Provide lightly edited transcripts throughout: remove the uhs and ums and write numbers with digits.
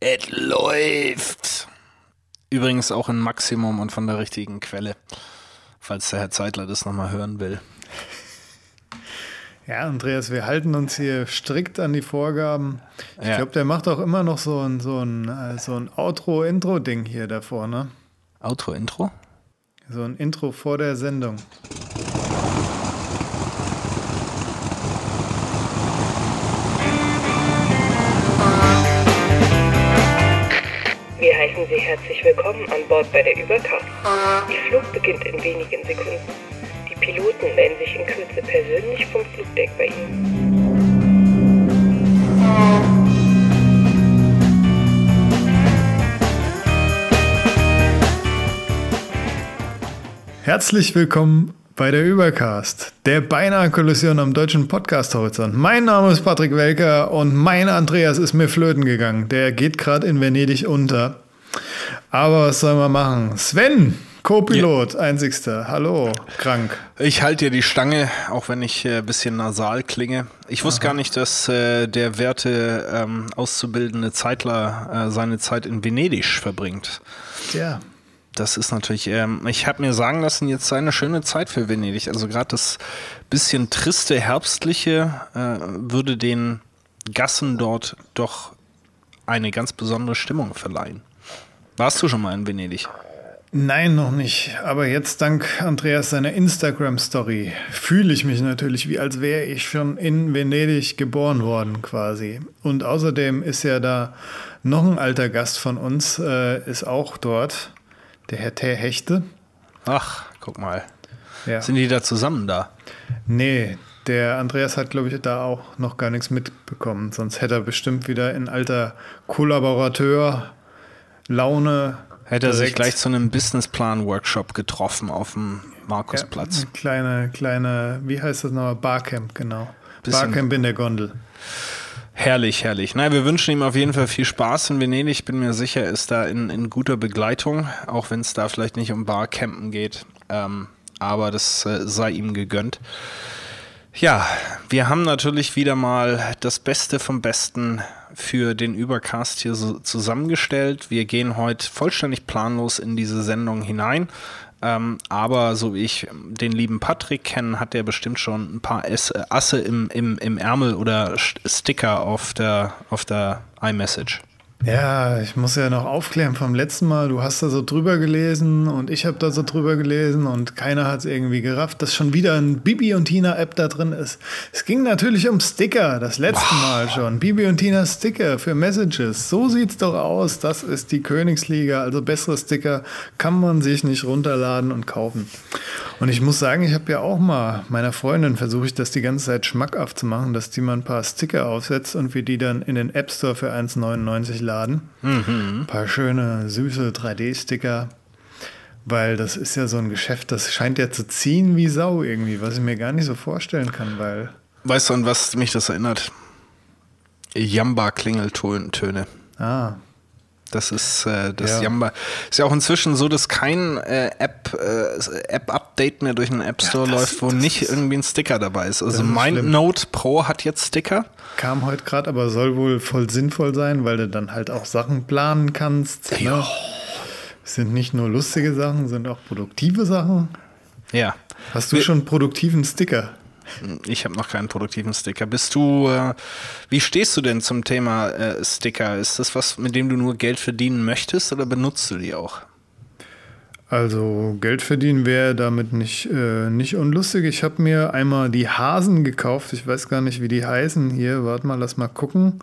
Es läuft. Übrigens auch in Maximum und von der richtigen Quelle, falls der Herr Zeitler das nochmal hören will. Ja, Andreas, wir halten uns hier strikt an die Vorgaben. Ich glaube, der macht auch immer noch so ein Outro-Intro-Ding hier davor, ne? Outro-Intro? So ein Intro vor der Sendung. Wir heißen Sie herzlich willkommen an Bord bei der Übercast. Ihr Flug beginnt in wenigen Sekunden. Die Piloten melden sich in Kürze persönlich vom Flugdeck bei Ihnen. Herzlich willkommen bei der Übercast, der Beinahe-Kollision am deutschen Podcast-Horizont. Mein Name ist Patrick Welker und mein Andreas ist mir flöten gegangen. Der geht gerade in Venedig unter. Aber was soll man machen? Sven, Co-Pilot, einzigster. Hallo, krank. Ich halte dir die Stange, auch wenn ich ein bisschen nasal klinge. Ich wusste gar nicht, dass der werte auszubildende Zeitler seine Zeit in Venedig verbringt. Tja. Das ist natürlich, ich habe mir sagen lassen, jetzt sei eine schöne Zeit für Venedig. Also gerade das bisschen triste, herbstliche würde den Gassen dort doch eine ganz besondere Stimmung verleihen. Warst du schon mal in Venedig? Nein, noch nicht. Aber jetzt dank Andreas seiner Instagram-Story fühle ich mich natürlich, wie als wäre ich schon in Venedig geboren worden quasi. Und außerdem ist ja da noch ein alter Gast von uns, ist auch dort. Der Herr Hechte. Ach, guck mal. Ja. Sind die da zusammen da? Nee, der Andreas hat, glaube ich, da auch noch gar nichts mitbekommen. Sonst hätte er bestimmt wieder in alter Kollaborateur-Laune. Hätte er sich gleich zu einem Businessplan-Workshop getroffen auf dem Markusplatz. Ja, kleine, wie heißt das nochmal? Barcamp, genau. Barcamp in der Gondel. Herrlich, herrlich. Na, wir wünschen ihm auf jeden Fall viel Spaß in Venedig. Ich bin mir sicher, er ist da in guter Begleitung, auch wenn es da vielleicht nicht um Barcampen geht. Aber das sei ihm gegönnt. Ja, wir haben natürlich wieder mal das Beste vom Besten für den Übercast hier so zusammengestellt. Wir gehen heute vollständig planlos in diese Sendung hinein. Aber so wie ich den lieben Patrick kenne, hat der bestimmt schon ein paar Asse im Ärmel oder Sticker auf der iMessage. Ja, ich muss ja noch aufklären vom letzten Mal. Du hast da so drüber gelesen und ich habe da so drüber gelesen und keiner hat es irgendwie gerafft, dass schon wieder ein Bibi und Tina App da drin ist. Es ging natürlich um Sticker, das letzte Mal schon. Bibi und Tina Sticker für Messages. So sieht's doch aus. Das ist die Königsliga. Also bessere Sticker kann man sich nicht runterladen und kaufen. Und ich muss sagen, ich habe ja auch mal meiner Freundin versuche ich das die ganze Zeit schmackhaft zu machen, dass die mal ein paar Sticker aufsetzt und wir die dann in den App Store für 1,99 laden. Ein paar schöne, süße 3D-Sticker, weil das ist ja so ein Geschäft, das scheint ja zu ziehen wie Sau irgendwie, was ich mir gar nicht so vorstellen kann, weil... Weißt du, an was mich das erinnert? Jamba-Klingeltöne. Ah. Das ist das Jamba. Ist ja auch inzwischen so, dass kein App-Update mehr durch einen App Store läuft, wo nicht irgendwie ein Sticker dabei ist. Also mein Note Pro hat jetzt Sticker. Kam heute gerade, aber soll wohl voll sinnvoll sein, weil du dann halt auch Sachen planen kannst. Ne? Es sind nicht nur lustige Sachen, sind auch produktive Sachen. Ja. Hast du schon einen produktiven Sticker? Ich habe noch keinen produktiven Sticker. Wie stehst du denn zum Thema Sticker? Ist das was, mit dem du nur Geld verdienen möchtest oder benutzt du die auch? Also Geld verdienen wäre damit nicht unlustig. Ich habe mir einmal die Hasen gekauft. Ich weiß gar nicht, wie die heißen hier. Warte mal, lass mal gucken.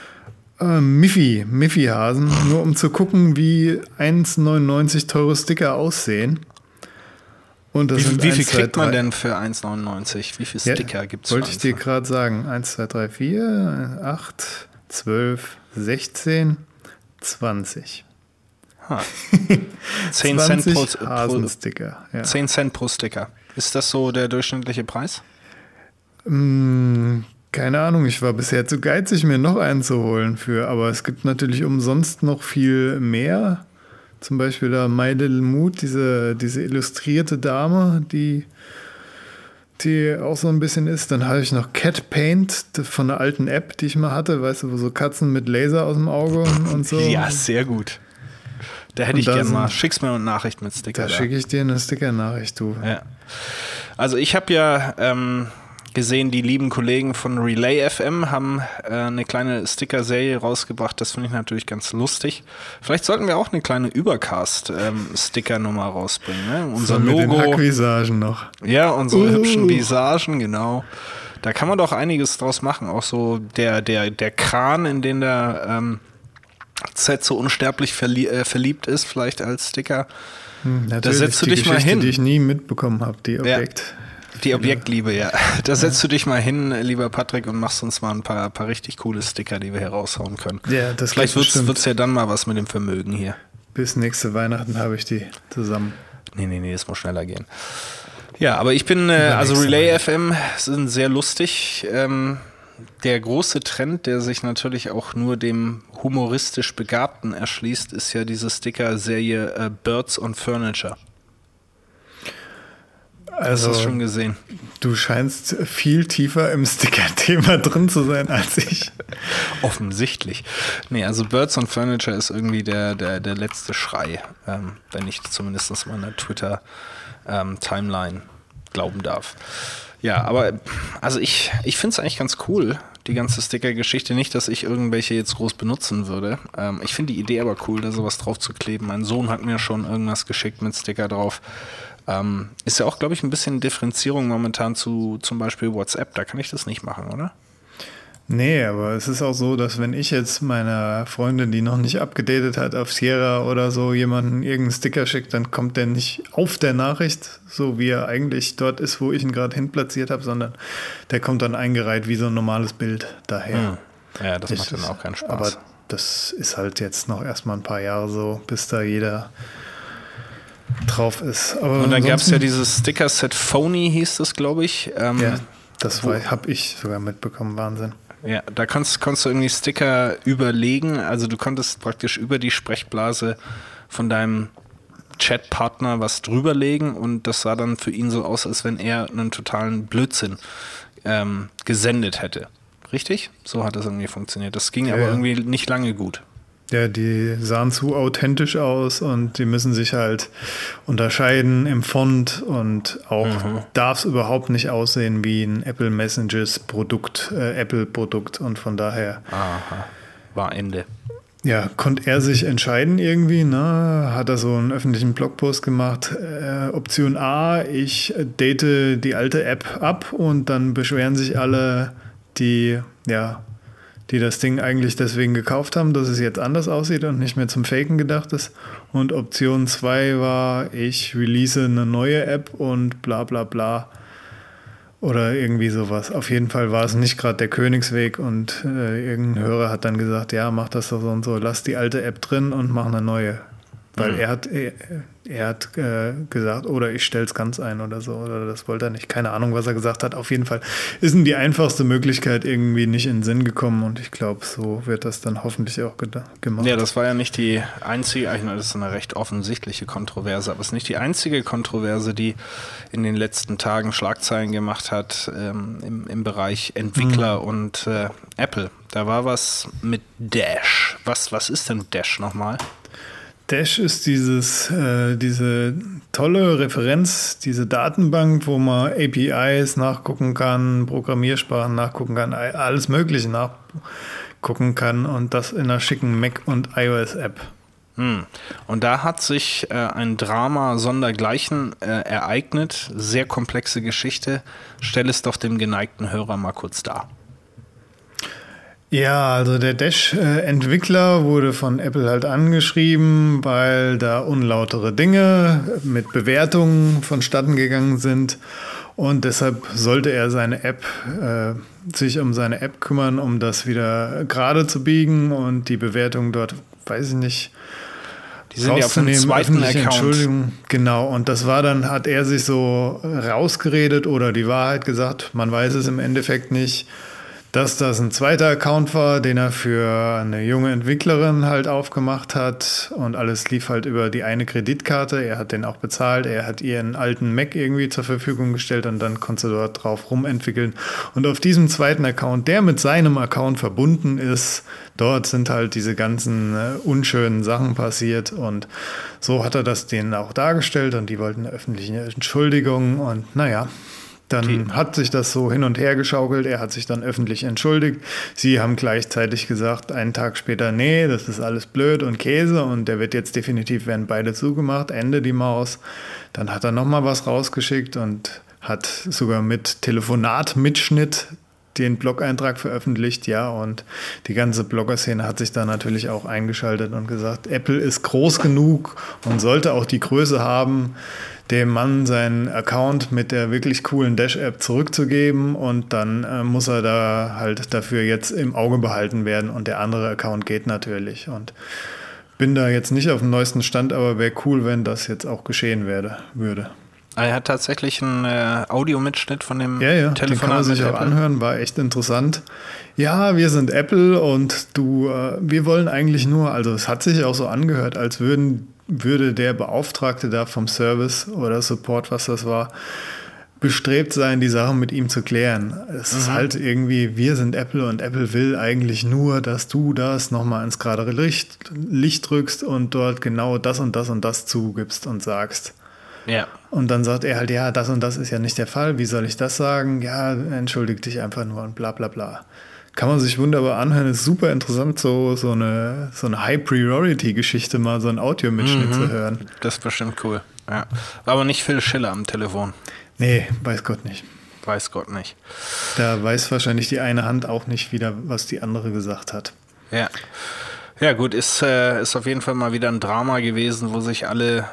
Miffy-Hasen. Nur um zu gucken, wie 1,99 teure Sticker aussehen. Und das wie viel kriegt man denn für 1,99? Wie viele Sticker gibt es? Wollte ich dir gerade sagen. 1, 2, 3, 4, 8, 12, 16, 20. 10 Cent pro Hasensticker. Ja. 10 Cent pro Sticker. Ist das so der durchschnittliche Preis? Keine Ahnung, ich war bisher zu geizig, mir noch einen zu holen aber es gibt natürlich umsonst noch viel mehr. Zum Beispiel da My Little Mood, diese illustrierte Dame, die die auch so ein bisschen ist. Dann habe ich noch Cat Paint von einer alten App, die ich mal hatte, weißt du, wo so Katzen mit Laser aus dem Auge und so. Ja, sehr gut. Da hätte ich gerne mal. Schick's mir eine Nachricht mit Sticker. Da schicke ich dir eine Sticker-Nachricht, du. Ja. Also ich habe ja gesehen, die lieben Kollegen von Relay FM haben eine kleine Sticker-Serie rausgebracht. Das finde ich natürlich ganz lustig. Vielleicht sollten wir auch eine kleine Übercast-Sticker-Nummer rausbringen. Ne? Unser so mit Logo. Den Hackvisagen noch. Ja, unsere hübschen Visagen, genau. Da kann man doch einiges draus machen. Auch so der Kran, in den der Z so unsterblich verliebt ist, vielleicht als Sticker. Da setzt du dich mal hin. Die ich nie mitbekommen habe, die Objekt. Ja. Die Objektliebe, ja. Da setzt du dich mal hin, lieber Patrick, und machst uns mal ein paar richtig coole Sticker, die wir hier raushauen können. Ja, das vielleicht wird's ja dann mal was mit dem Vermögen hier. Bis nächste Weihnachten habe ich die zusammen. Nee, das muss schneller gehen. Ja, aber ich bin, also Relay FM sind sehr lustig. Der große Trend, der sich natürlich auch nur dem humoristisch Begabten erschließt, ist ja diese Sticker-Serie Birds on Furniture. Also, hast du das schon gesehen? Du scheinst viel tiefer im Sticker-Thema drin zu sein als ich. Offensichtlich. Nee, also Birds on Furniture ist irgendwie der letzte Schrei, wenn ich zumindest meiner Twitter-Timeline glauben darf. Ja, aber also ich finde es eigentlich ganz cool, die ganze Sticker-Geschichte. Nicht, dass ich irgendwelche jetzt groß benutzen würde. Ich finde die Idee aber cool, da sowas drauf zu kleben. Mein Sohn hat mir schon irgendwas geschickt mit Sticker drauf. Ist ja auch, glaube ich, ein bisschen Differenzierung momentan zu zum Beispiel WhatsApp. Da kann ich das nicht machen, oder? Nee, aber es ist auch so, dass wenn ich jetzt meiner Freundin, die noch nicht abgedatet hat, auf Sierra oder so jemanden irgendeinen Sticker schickt, dann kommt der nicht auf der Nachricht, so wie er eigentlich dort ist, wo ich ihn gerade hin platziert habe, sondern der kommt dann eingereiht wie so ein normales Bild daher. Ja, das macht dann auch keinen Spaß. Aber das ist halt jetzt noch erstmal ein paar Jahre so, bis da jeder drauf ist. Aber und dann gab es ja dieses Sticker-Set Phony, hieß das, glaube ich. Ja, das habe ich sogar mitbekommen, Wahnsinn. Ja, da konntest du irgendwie Sticker überlegen, also du konntest praktisch über die Sprechblase von deinem Chatpartner was drüberlegen und das sah dann für ihn so aus, als wenn er einen totalen Blödsinn gesendet hätte. Richtig? So hat das irgendwie funktioniert. Das ging aber irgendwie nicht lange gut. Ja, die sahen zu authentisch aus und die müssen sich halt unterscheiden im Font und auch darf es überhaupt nicht aussehen wie ein Apple Messages Produkt, Apple-Produkt und von daher war Ende. Ja, konnte er sich entscheiden irgendwie, ne? Hat er so einen öffentlichen Blogpost gemacht, Option A, ich date die alte App ab und dann beschweren sich alle, die das Ding eigentlich deswegen gekauft haben, dass es jetzt anders aussieht und nicht mehr zum Faken gedacht ist. Und Option 2 war, ich release eine neue App und bla bla bla. Oder irgendwie sowas. Auf jeden Fall war es nicht gerade der Königsweg und irgendein Hörer hat dann gesagt, ja, mach das doch so und so, lass die alte App drin und mach eine neue. Weil er hat gesagt, oder ich stell's ganz ein oder so, oder das wollte er nicht. Keine Ahnung, was er gesagt hat. Auf jeden Fall ist ihm die einfachste Möglichkeit irgendwie nicht in den Sinn gekommen und ich glaube, so wird das dann hoffentlich auch gemacht. Ja, das war ja nicht die einzige, das ist eine recht offensichtliche Kontroverse, aber es ist nicht die einzige Kontroverse, die in den letzten Tagen Schlagzeilen gemacht hat im Bereich Entwickler und Apple. Da war was mit Dash. Was ist denn Dash nochmal? Dash ist diese tolle Referenz, diese Datenbank, wo man APIs nachgucken kann, Programmiersprachen nachgucken kann, alles Mögliche nachgucken kann und das in einer schicken Mac- und iOS-App. Und da hat sich ein Drama sondergleichen ereignet, sehr komplexe Geschichte. Stell es doch dem geneigten Hörer mal kurz dar. Ja, also der Dash-Entwickler wurde von Apple halt angeschrieben, weil da unlautere Dinge mit Bewertungen vonstatten gegangen sind und deshalb sollte er sich um seine App kümmern, um das wieder gerade zu biegen und die Bewertung dort, weiß ich nicht, die sind ja auf dem zweiten Account. Entschuldigung, genau. Und das war dann, hat er sich so rausgeredet oder die Wahrheit gesagt, man weiß es im Endeffekt nicht, dass das ein zweiter Account war, den er für eine junge Entwicklerin halt aufgemacht hat und alles lief halt über die eine Kreditkarte. Er hat den auch bezahlt, er hat ihr einen alten Mac irgendwie zur Verfügung gestellt und dann konnte sie dort drauf rumentwickeln. Und auf diesem zweiten Account, der mit seinem Account verbunden ist, dort sind halt diese ganzen unschönen Sachen passiert und so hat er das denen auch dargestellt und die wollten eine öffentliche Entschuldigung und naja. Dann hat sich das so hin und her geschaukelt. Er hat sich dann öffentlich entschuldigt. Sie haben gleichzeitig gesagt, einen Tag später, nee, das ist alles blöd und Käse und der wird jetzt definitiv, werden beide zugemacht, Ende die Maus. Dann hat er nochmal was rausgeschickt und hat sogar mit Telefonat-Mitschnitt den Blog-Eintrag veröffentlicht, ja, und die ganze Blogger-Szene hat sich da natürlich auch eingeschaltet und gesagt, Apple ist groß genug und sollte auch die Größe haben, dem Mann seinen Account mit der wirklich coolen Dash-App zurückzugeben und dann muss er da halt dafür jetzt im Auge behalten werden und der andere Account geht natürlich und bin da jetzt nicht auf dem neuesten Stand, aber wäre cool, wenn das jetzt auch geschehen würde. Er hat tatsächlich einen Audiomitschnitt von dem Telefonat. Den kann man sich auch anhören, war echt interessant. Ja, wir sind Apple und wir wollen eigentlich nur, also es hat sich auch so angehört, als würde der Beauftragte da vom Service oder Support, was das war, bestrebt sein, die Sache mit ihm zu klären. Es ist halt irgendwie, wir sind Apple und Apple will eigentlich nur, dass du das nochmal ins gerade Licht drückst und dort genau das und das und das zugibst und sagst. Ja. Und dann sagt er halt, ja, das und das ist ja nicht der Fall, wie soll ich das sagen? Ja, entschuldige dich einfach nur und bla bla bla. Kann man sich wunderbar anhören, ist super interessant, so eine High-Priority-Geschichte mal, so einen Audiomitschnitt zu hören. Das ist bestimmt cool, ja. War aber nicht Phil Schiller am Telefon. Nee, weiß Gott nicht. Weiß Gott nicht. Da weiß wahrscheinlich die eine Hand auch nicht wieder, was die andere gesagt hat. Ja. Ja gut, ist auf jeden Fall mal wieder ein Drama gewesen, wo sich alle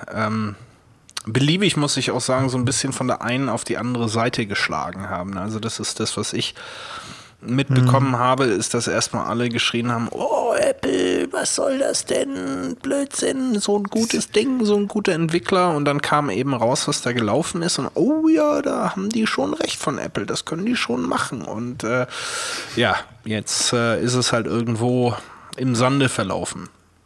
beliebig, muss ich auch sagen, so ein bisschen von der einen auf die andere Seite geschlagen haben. Also das ist das, was ich mitbekommen habe, ist, dass erstmal alle geschrien haben, oh Apple, was soll das denn? Blödsinn, so ein gutes Ding, so ein guter Entwickler. Und dann kam eben raus, was da gelaufen ist. Und oh ja, da haben die schon recht von Apple, das können die schon machen. Und ja, jetzt ist es halt irgendwo im Sande verlaufen.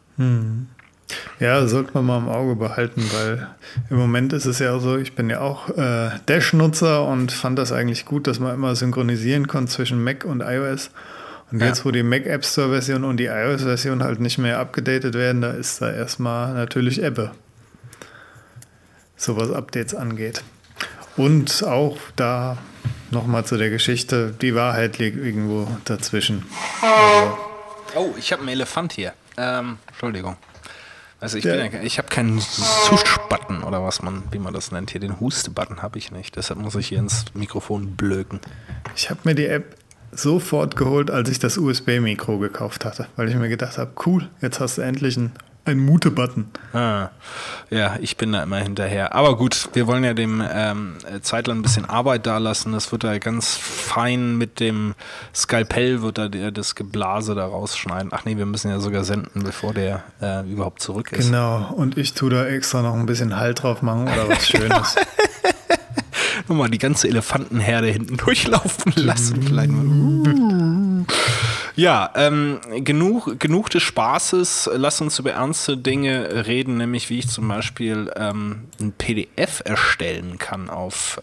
Ja, sollte man mal im Auge behalten, weil im Moment ist es ja so, ich bin ja auch Dash-Nutzer und fand das eigentlich gut, dass man immer synchronisieren konnte zwischen Mac und iOS. Und jetzt, wo die Mac App Store Version und die iOS Version halt nicht mehr abgedatet werden, da ist da erstmal natürlich Ebbe, so was Updates angeht. Und auch da nochmal zu der Geschichte, die Wahrheit liegt irgendwo dazwischen. Also, oh, ich habe einen Elefant hier. Entschuldigung. Also ich habe keinen Sush-Button oder wie man das nennt hier. Den Huste-Button habe ich nicht. Deshalb muss ich hier ins Mikrofon blöken. Ich habe mir die App sofort geholt, als ich das USB-Mikro gekauft hatte, weil ich mir gedacht habe, cool, jetzt hast du endlich einen Mute-Button. Ja, ich bin da immer hinterher. Aber gut, wir wollen ja dem Zeitler ein bisschen Arbeit da lassen. Das wird da ganz fein mit dem Skalpell, wird da das Geblase da rausschneiden. Ach nee, wir müssen ja sogar senden, bevor der überhaupt zurück ist. Genau, und ich tue da extra noch ein bisschen Halt drauf machen oder was Schönes. Nochmal die ganze Elefantenherde hinten durchlaufen lassen. Vielleicht mal. Ja, genug des Spaßes. Lass uns über ernste Dinge reden, nämlich wie ich zum Beispiel ein PDF erstellen kann auf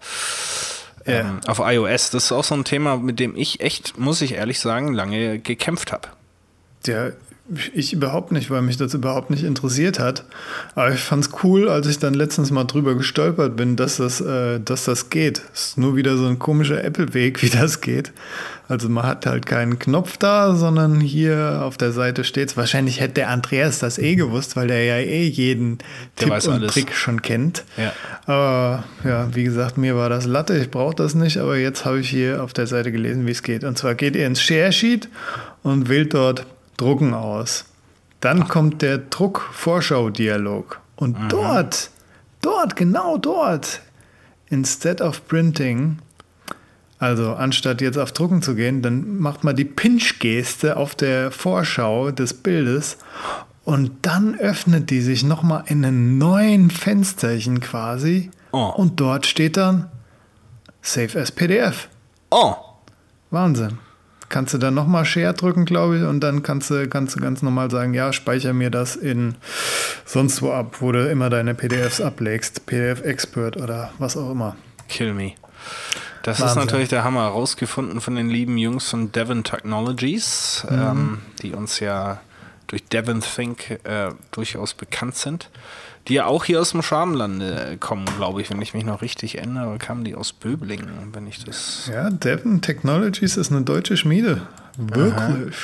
iOS. Das ist auch so ein Thema, mit dem ich echt, muss ich ehrlich sagen, lange gekämpft habe. Ja, ich überhaupt nicht, weil mich das überhaupt nicht interessiert hat. Aber ich fand es cool, als ich dann letztens mal drüber gestolpert bin, dass das geht. Es ist nur wieder so ein komischer Apple-Weg, wie das geht. Also man hat halt keinen Knopf da, sondern hier auf der Seite steht's. Wahrscheinlich hätte der Andreas das gewusst, weil der ja jeden Tipp und Trick schon kennt. Ja. Aber ja, wie gesagt, mir war das Latte, ich brauche das nicht, aber jetzt habe ich hier auf der Seite gelesen, wie es geht. Und zwar geht ihr ins Share Sheet und wählt dort Drucken aus. Dann kommt der Druck-Vorschau-Dialog. Und genau dort, instead of printing, also anstatt jetzt auf Drucken zu gehen, dann macht man die Pinch-Geste auf der Vorschau des Bildes und dann öffnet die sich nochmal in einem neuen Fensterchen quasi und dort steht dann Save as PDF. Oh. Wahnsinn. kannst du dann nochmal Share drücken, glaube ich, und dann kannst du ganz normal sagen, ja, speicher mir das in sonst wo ab, wo du immer deine PDFs ablegst, PDF Expert oder was auch immer. Kill me. Das Wahnsinn. ist natürlich der Hammer. Rausgefunden von den lieben Jungs von Devon Technologies, die uns ja durch Devon Think durchaus bekannt sind. Die ja auch hier aus dem Schwabenlande kommen, glaube ich, wenn ich mich noch richtig erinnere, kamen die aus Böblingen, wenn ich das... Ja, Devon Technologies ist eine deutsche Schmiede. Wirklich.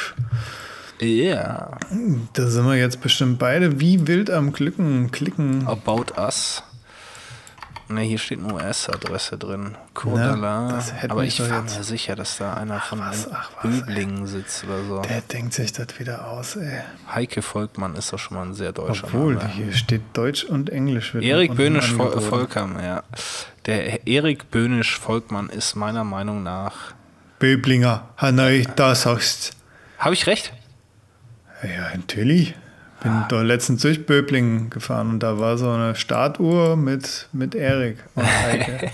Ja. Da sind wir jetzt bestimmt beide wie wild am Klicken. About Us. Ne, hier steht eine US-Adresse drin. Cordala. Aber ich war mir sicher, dass da einer von Böblingen sitzt oder so. Der denkt sich das wieder aus, ey. Heike Volkmann ist doch schon mal ein sehr deutscher Obwohl, Name. hier steht Deutsch und Englisch. Erik Böhnisch-Volkmann, ja. Der Erik Böhnisch-Volkmann ist meiner Meinung nach... Böblinger, Hanoi, da sagst. Habe ich recht? Ja, natürlich. Bin doch letztens durch Böblingen gefahren und da war so eine Startuhr mit Erik und Heike.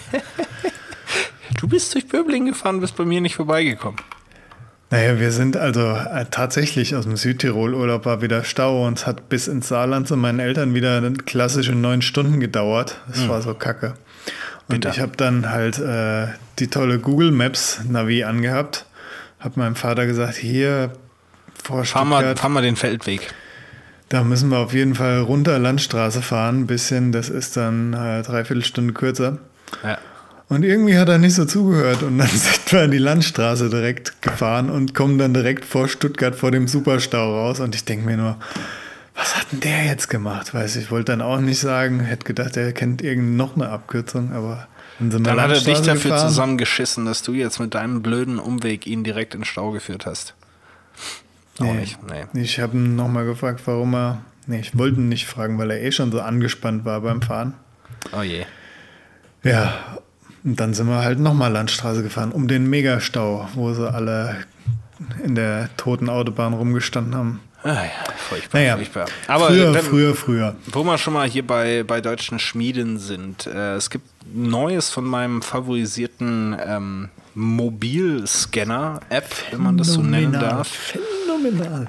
Du bist durch Böblingen gefahren, bist bei mir nicht vorbeigekommen. Naja, wir sind also tatsächlich aus dem Südtirol-Urlaub, war wieder Stau und es hat bis ins Saarland zu meinen Eltern wieder klassische 9 Stunden gedauert. Das war so kacke. Und ich habe dann halt die tolle Google Maps Navi angehabt, habe meinem Vater gesagt, hier vor Stuttgart... Fahr mal den Feldweg. Da müssen wir auf jeden Fall runter Landstraße fahren, ein bisschen, das ist dann 3/4 Stunde kürzer. Ja. Und irgendwie hat er nicht so zugehört und dann sind wir an die Landstraße direkt gefahren und kommen dann direkt vor Stuttgart vor dem Superstau raus und ich denke mir nur, was hat denn der jetzt gemacht? Weiß ich wollte dann auch nicht sagen, hätte gedacht, er kennt noch eine Abkürzung, aber dann sind wir Dann hat er dich dafür gefahren. zusammengeschissen, dass du jetzt mit deinem blöden Umweg ihn direkt in den Stau geführt hast. Auch nicht, nee. Ich habe ihn nochmal gefragt, warum er... Nee, ich wollte ihn nicht fragen, weil er schon so angespannt war beim Fahren. Oh je. Ja, und dann sind wir halt nochmal Landstraße gefahren, um den Megastau, wo sie alle in der toten Autobahn rumgestanden haben. Ah ja, furchtbar, furchtbar. Aber früher. Wo wir schon mal hier bei deutschen Schmieden sind, es gibt Neues von meinem favorisierten Mobilscanner-App, wenn man das so nennen darf. Phänomenal.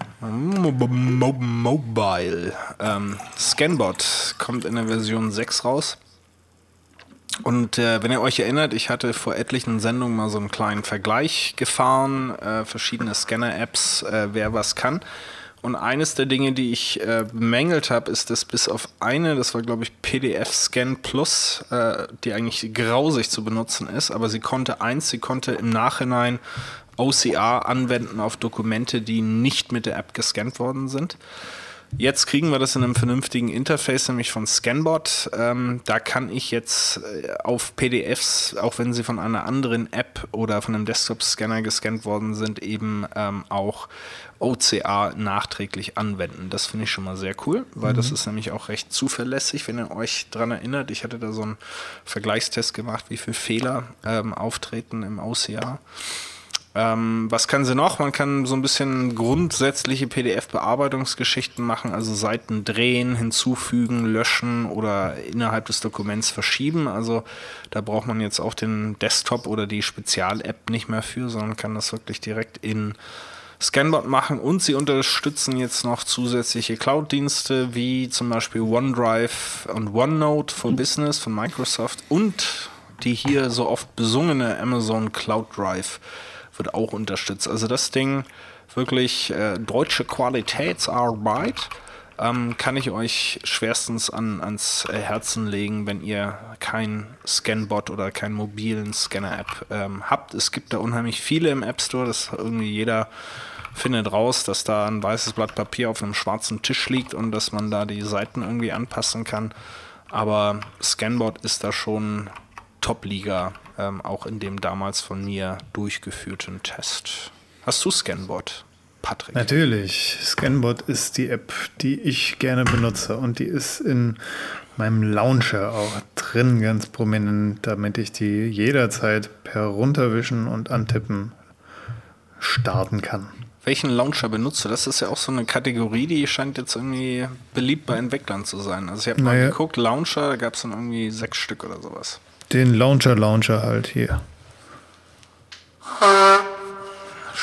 Mobile. Scanbot kommt in der Version 6 raus. Und wenn ihr euch erinnert, ich hatte vor etlichen Sendungen mal so einen kleinen Vergleich gefahren, verschiedene Scanner-Apps, wer was kann. Und eines der Dinge, die ich bemängelt habe, ist, dass bis auf eine, das war glaube ich PDF Scan Plus, die eigentlich grausig zu benutzen ist, aber sie konnte im Nachhinein OCR anwenden auf Dokumente, die nicht mit der App gescannt worden sind. Jetzt kriegen wir das in einem vernünftigen Interface, nämlich von Scanbot. Da kann ich jetzt auf PDFs, auch wenn sie von einer anderen App oder von einem Desktop-Scanner gescannt worden sind, eben auch OCR nachträglich anwenden. Das finde ich schon mal sehr cool, weil das ist nämlich auch recht zuverlässig, wenn ihr euch daran erinnert. Ich hatte da so einen Vergleichstest gemacht, wie viele Fehler auftreten im OCR. Was kann sie noch? Man kann so ein bisschen grundsätzliche PDF-Bearbeitungsgeschichten machen, also Seiten drehen, hinzufügen, löschen oder innerhalb des Dokuments verschieben. Also da braucht man jetzt auch den Desktop oder die Spezial-App nicht mehr für, sondern kann das wirklich direkt in Scanbot machen. Und sie unterstützen jetzt noch zusätzliche Cloud-Dienste wie zum Beispiel OneDrive und OneNote for Business von Microsoft und die hier so oft besungene Amazon Cloud Drive wird auch unterstützt. Also das Ding wirklich deutsche Qualitätsarbeit kann ich euch schwerstens ans Herzen legen, wenn ihr kein Scanbot oder keinen mobilen Scanner-App habt. Es gibt da unheimlich viele im App Store, das irgendwie jeder findet raus, dass da ein weißes Blatt Papier auf einem schwarzen Tisch liegt und dass man da die Seiten irgendwie anpassen kann. Aber Scanbot ist da schon Top-Liga, auch in dem damals von mir durchgeführten Test. Hast du Scanbot, Patrick? Natürlich. Scanbot ist die App, die ich gerne benutze und die ist in meinem Launcher auch drin, ganz prominent, damit ich die jederzeit per Runterwischen und Antippen starten kann. Welchen Launcher benutzt du? Das ist ja auch so eine Kategorie, die scheint jetzt irgendwie beliebt bei Entwicklern zu sein. Also ich habe mal geguckt, Launcher, da gab es dann irgendwie 6 Stück oder sowas. Den Launcher halt hier.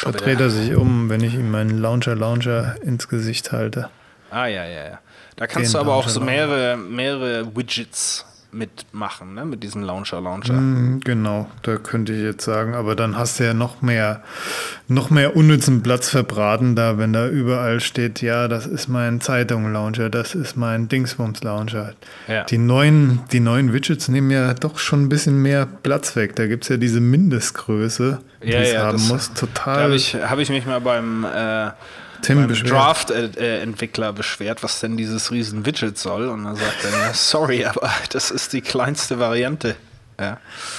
Da dreht er sich um, wenn ich ihm meinen Launcher ins Gesicht halte. Ah, ja. Da kannst du aber auch so mehrere Widgets mitmachen, ne? Mit diesem Launcher. Genau, da könnte ich jetzt sagen, aber dann hast du ja noch mehr unnützen Platz verbraten da, wenn da überall steht, ja, das ist mein Zeitung-Launcher, das ist mein Dingsbums-Launcher. Ja. Die neuen Widgets nehmen ja doch schon ein bisschen mehr Platz weg. Da gibt es ja diese Mindestgröße, die es haben muss. Total. Da hab ich mich mal beim Draft-Entwickler beschwert, was denn dieses riesen Widget soll. Und dann sagt er, sorry, aber das ist die kleinste Variante. Ja,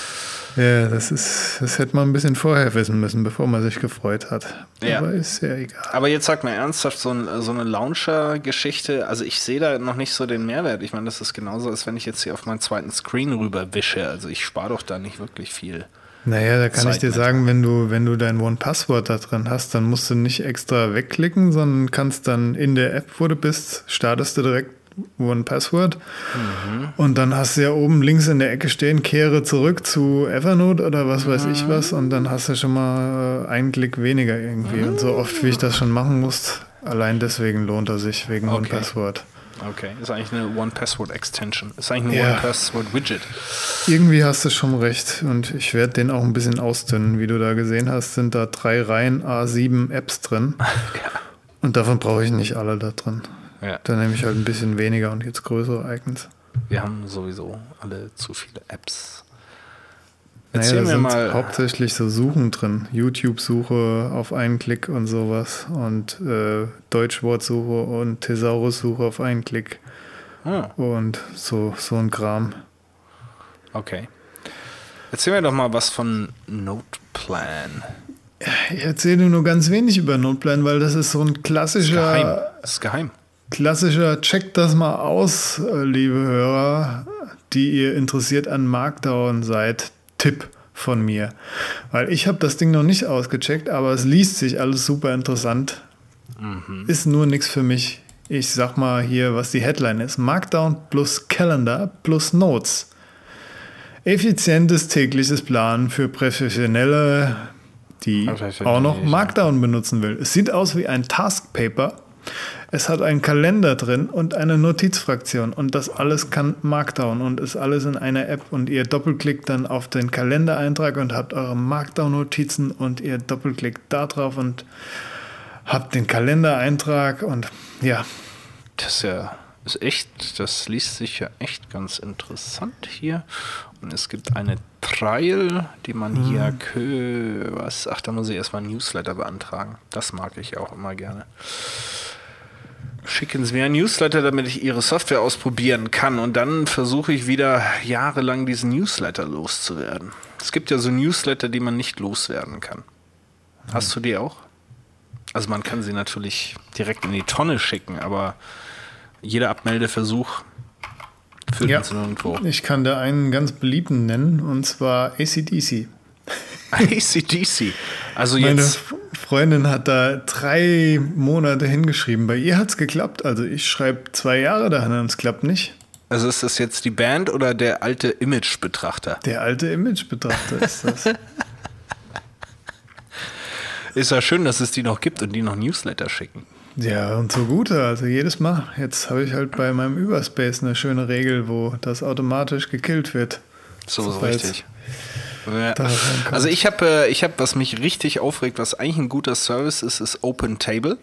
das hätte man ein bisschen vorher wissen müssen, bevor man sich gefreut hat. Ja. Aber ist ja egal. Aber jetzt sag mal ernsthaft, so eine Launcher-Geschichte, also ich sehe da noch nicht so den Mehrwert. Ich meine, das ist genauso, als wenn ich jetzt hier auf meinen zweiten Screen rüber wische. Also ich spare doch da nicht wirklich viel. Naja, da kann ich dir sagen, wenn du dein One-Password da drin hast, dann musst du nicht extra wegklicken, sondern kannst dann in der App, wo du bist, startest du direkt One-Password und dann hast du ja oben links in der Ecke stehen, kehre zurück zu Evernote oder was weiß ich was und dann hast du schon mal einen Klick weniger irgendwie. Und so oft, wie ich das schon machen muss, allein deswegen lohnt er sich, wegen One-Password. Okay, ist eigentlich eine One-Password-Extension. Ist eigentlich ein One-Password-Widget. Irgendwie hast du schon recht und ich werde den auch ein bisschen ausdünnen. Wie du da gesehen hast, sind da 3 Reihen A7 Apps drin. Und davon brauche ich nicht alle da drin. Ja. Da nehme ich halt ein bisschen weniger und jetzt größere Icons. Wir haben sowieso alle zu viele Apps. Erzähl mir mal. Hauptsächlich so Suchen drin. YouTube-Suche auf einen Klick und sowas. Und Deutschwortsuche und Thesaurus-Suche auf einen Klick. Und so ein Kram. Okay. Erzähl mir doch mal was von Noteplan. Ich erzähle nur ganz wenig über Noteplan, weil das ist so ein klassischer... Das ist geheim. Klassischer, checkt das mal aus, liebe Hörer, die ihr interessiert an Markdown seid. Tipp von mir. Weil ich habe das Ding noch nicht ausgecheckt, aber es liest sich alles super interessant. Ist nur nichts für mich. Ich sag mal hier, was die Headline ist. Markdown plus Calendar plus Notes. Effizientes tägliches Planen für Professionelle, die auch noch Markdown benutzen will. Es sieht aus wie ein Taskpaper. Es hat einen Kalender drin und eine Notizfraktion und das alles kann Markdown und ist alles in einer App und ihr doppelklickt dann auf den Kalendereintrag und habt eure Markdown-Notizen und ihr doppelklickt da drauf und habt den Kalendereintrag und ja. Das liest sich ja echt ganz interessant hier. Und es gibt eine Trial, die man hier da muss ich erstmal ein Newsletter beantragen. Das mag ich auch immer gerne. Schicken Sie mir ein Newsletter, damit ich Ihre Software ausprobieren kann. Und dann versuche ich wieder jahrelang diesen Newsletter loszuwerden. Es gibt ja so Newsletter, die man nicht loswerden kann. Hast du die auch? Also man kann sie natürlich direkt in die Tonne schicken, aber jeder Abmeldeversuch führt uns nirgendwo. Ich kann da einen ganz beliebten nennen, und zwar AC/DC. AC/DC. Also Meine jetzt... Freundin hat da 3 Monate hingeschrieben. Bei ihr hat es geklappt. Also ich schreibe 2 Jahre dahin und es klappt nicht. Also ist das jetzt die Band oder der alte Image-Betrachter? Der alte Image-Betrachter ist das. Ist ja schön, dass es die noch gibt und die noch Newsletter schicken. Ja, und so gute. Also jedes Mal. Jetzt habe ich halt bei meinem Überspace eine schöne Regel, wo das automatisch gekillt wird. So richtig. Ja. Also ich habe, was mich richtig aufregt, was eigentlich ein guter Service ist OpenTable.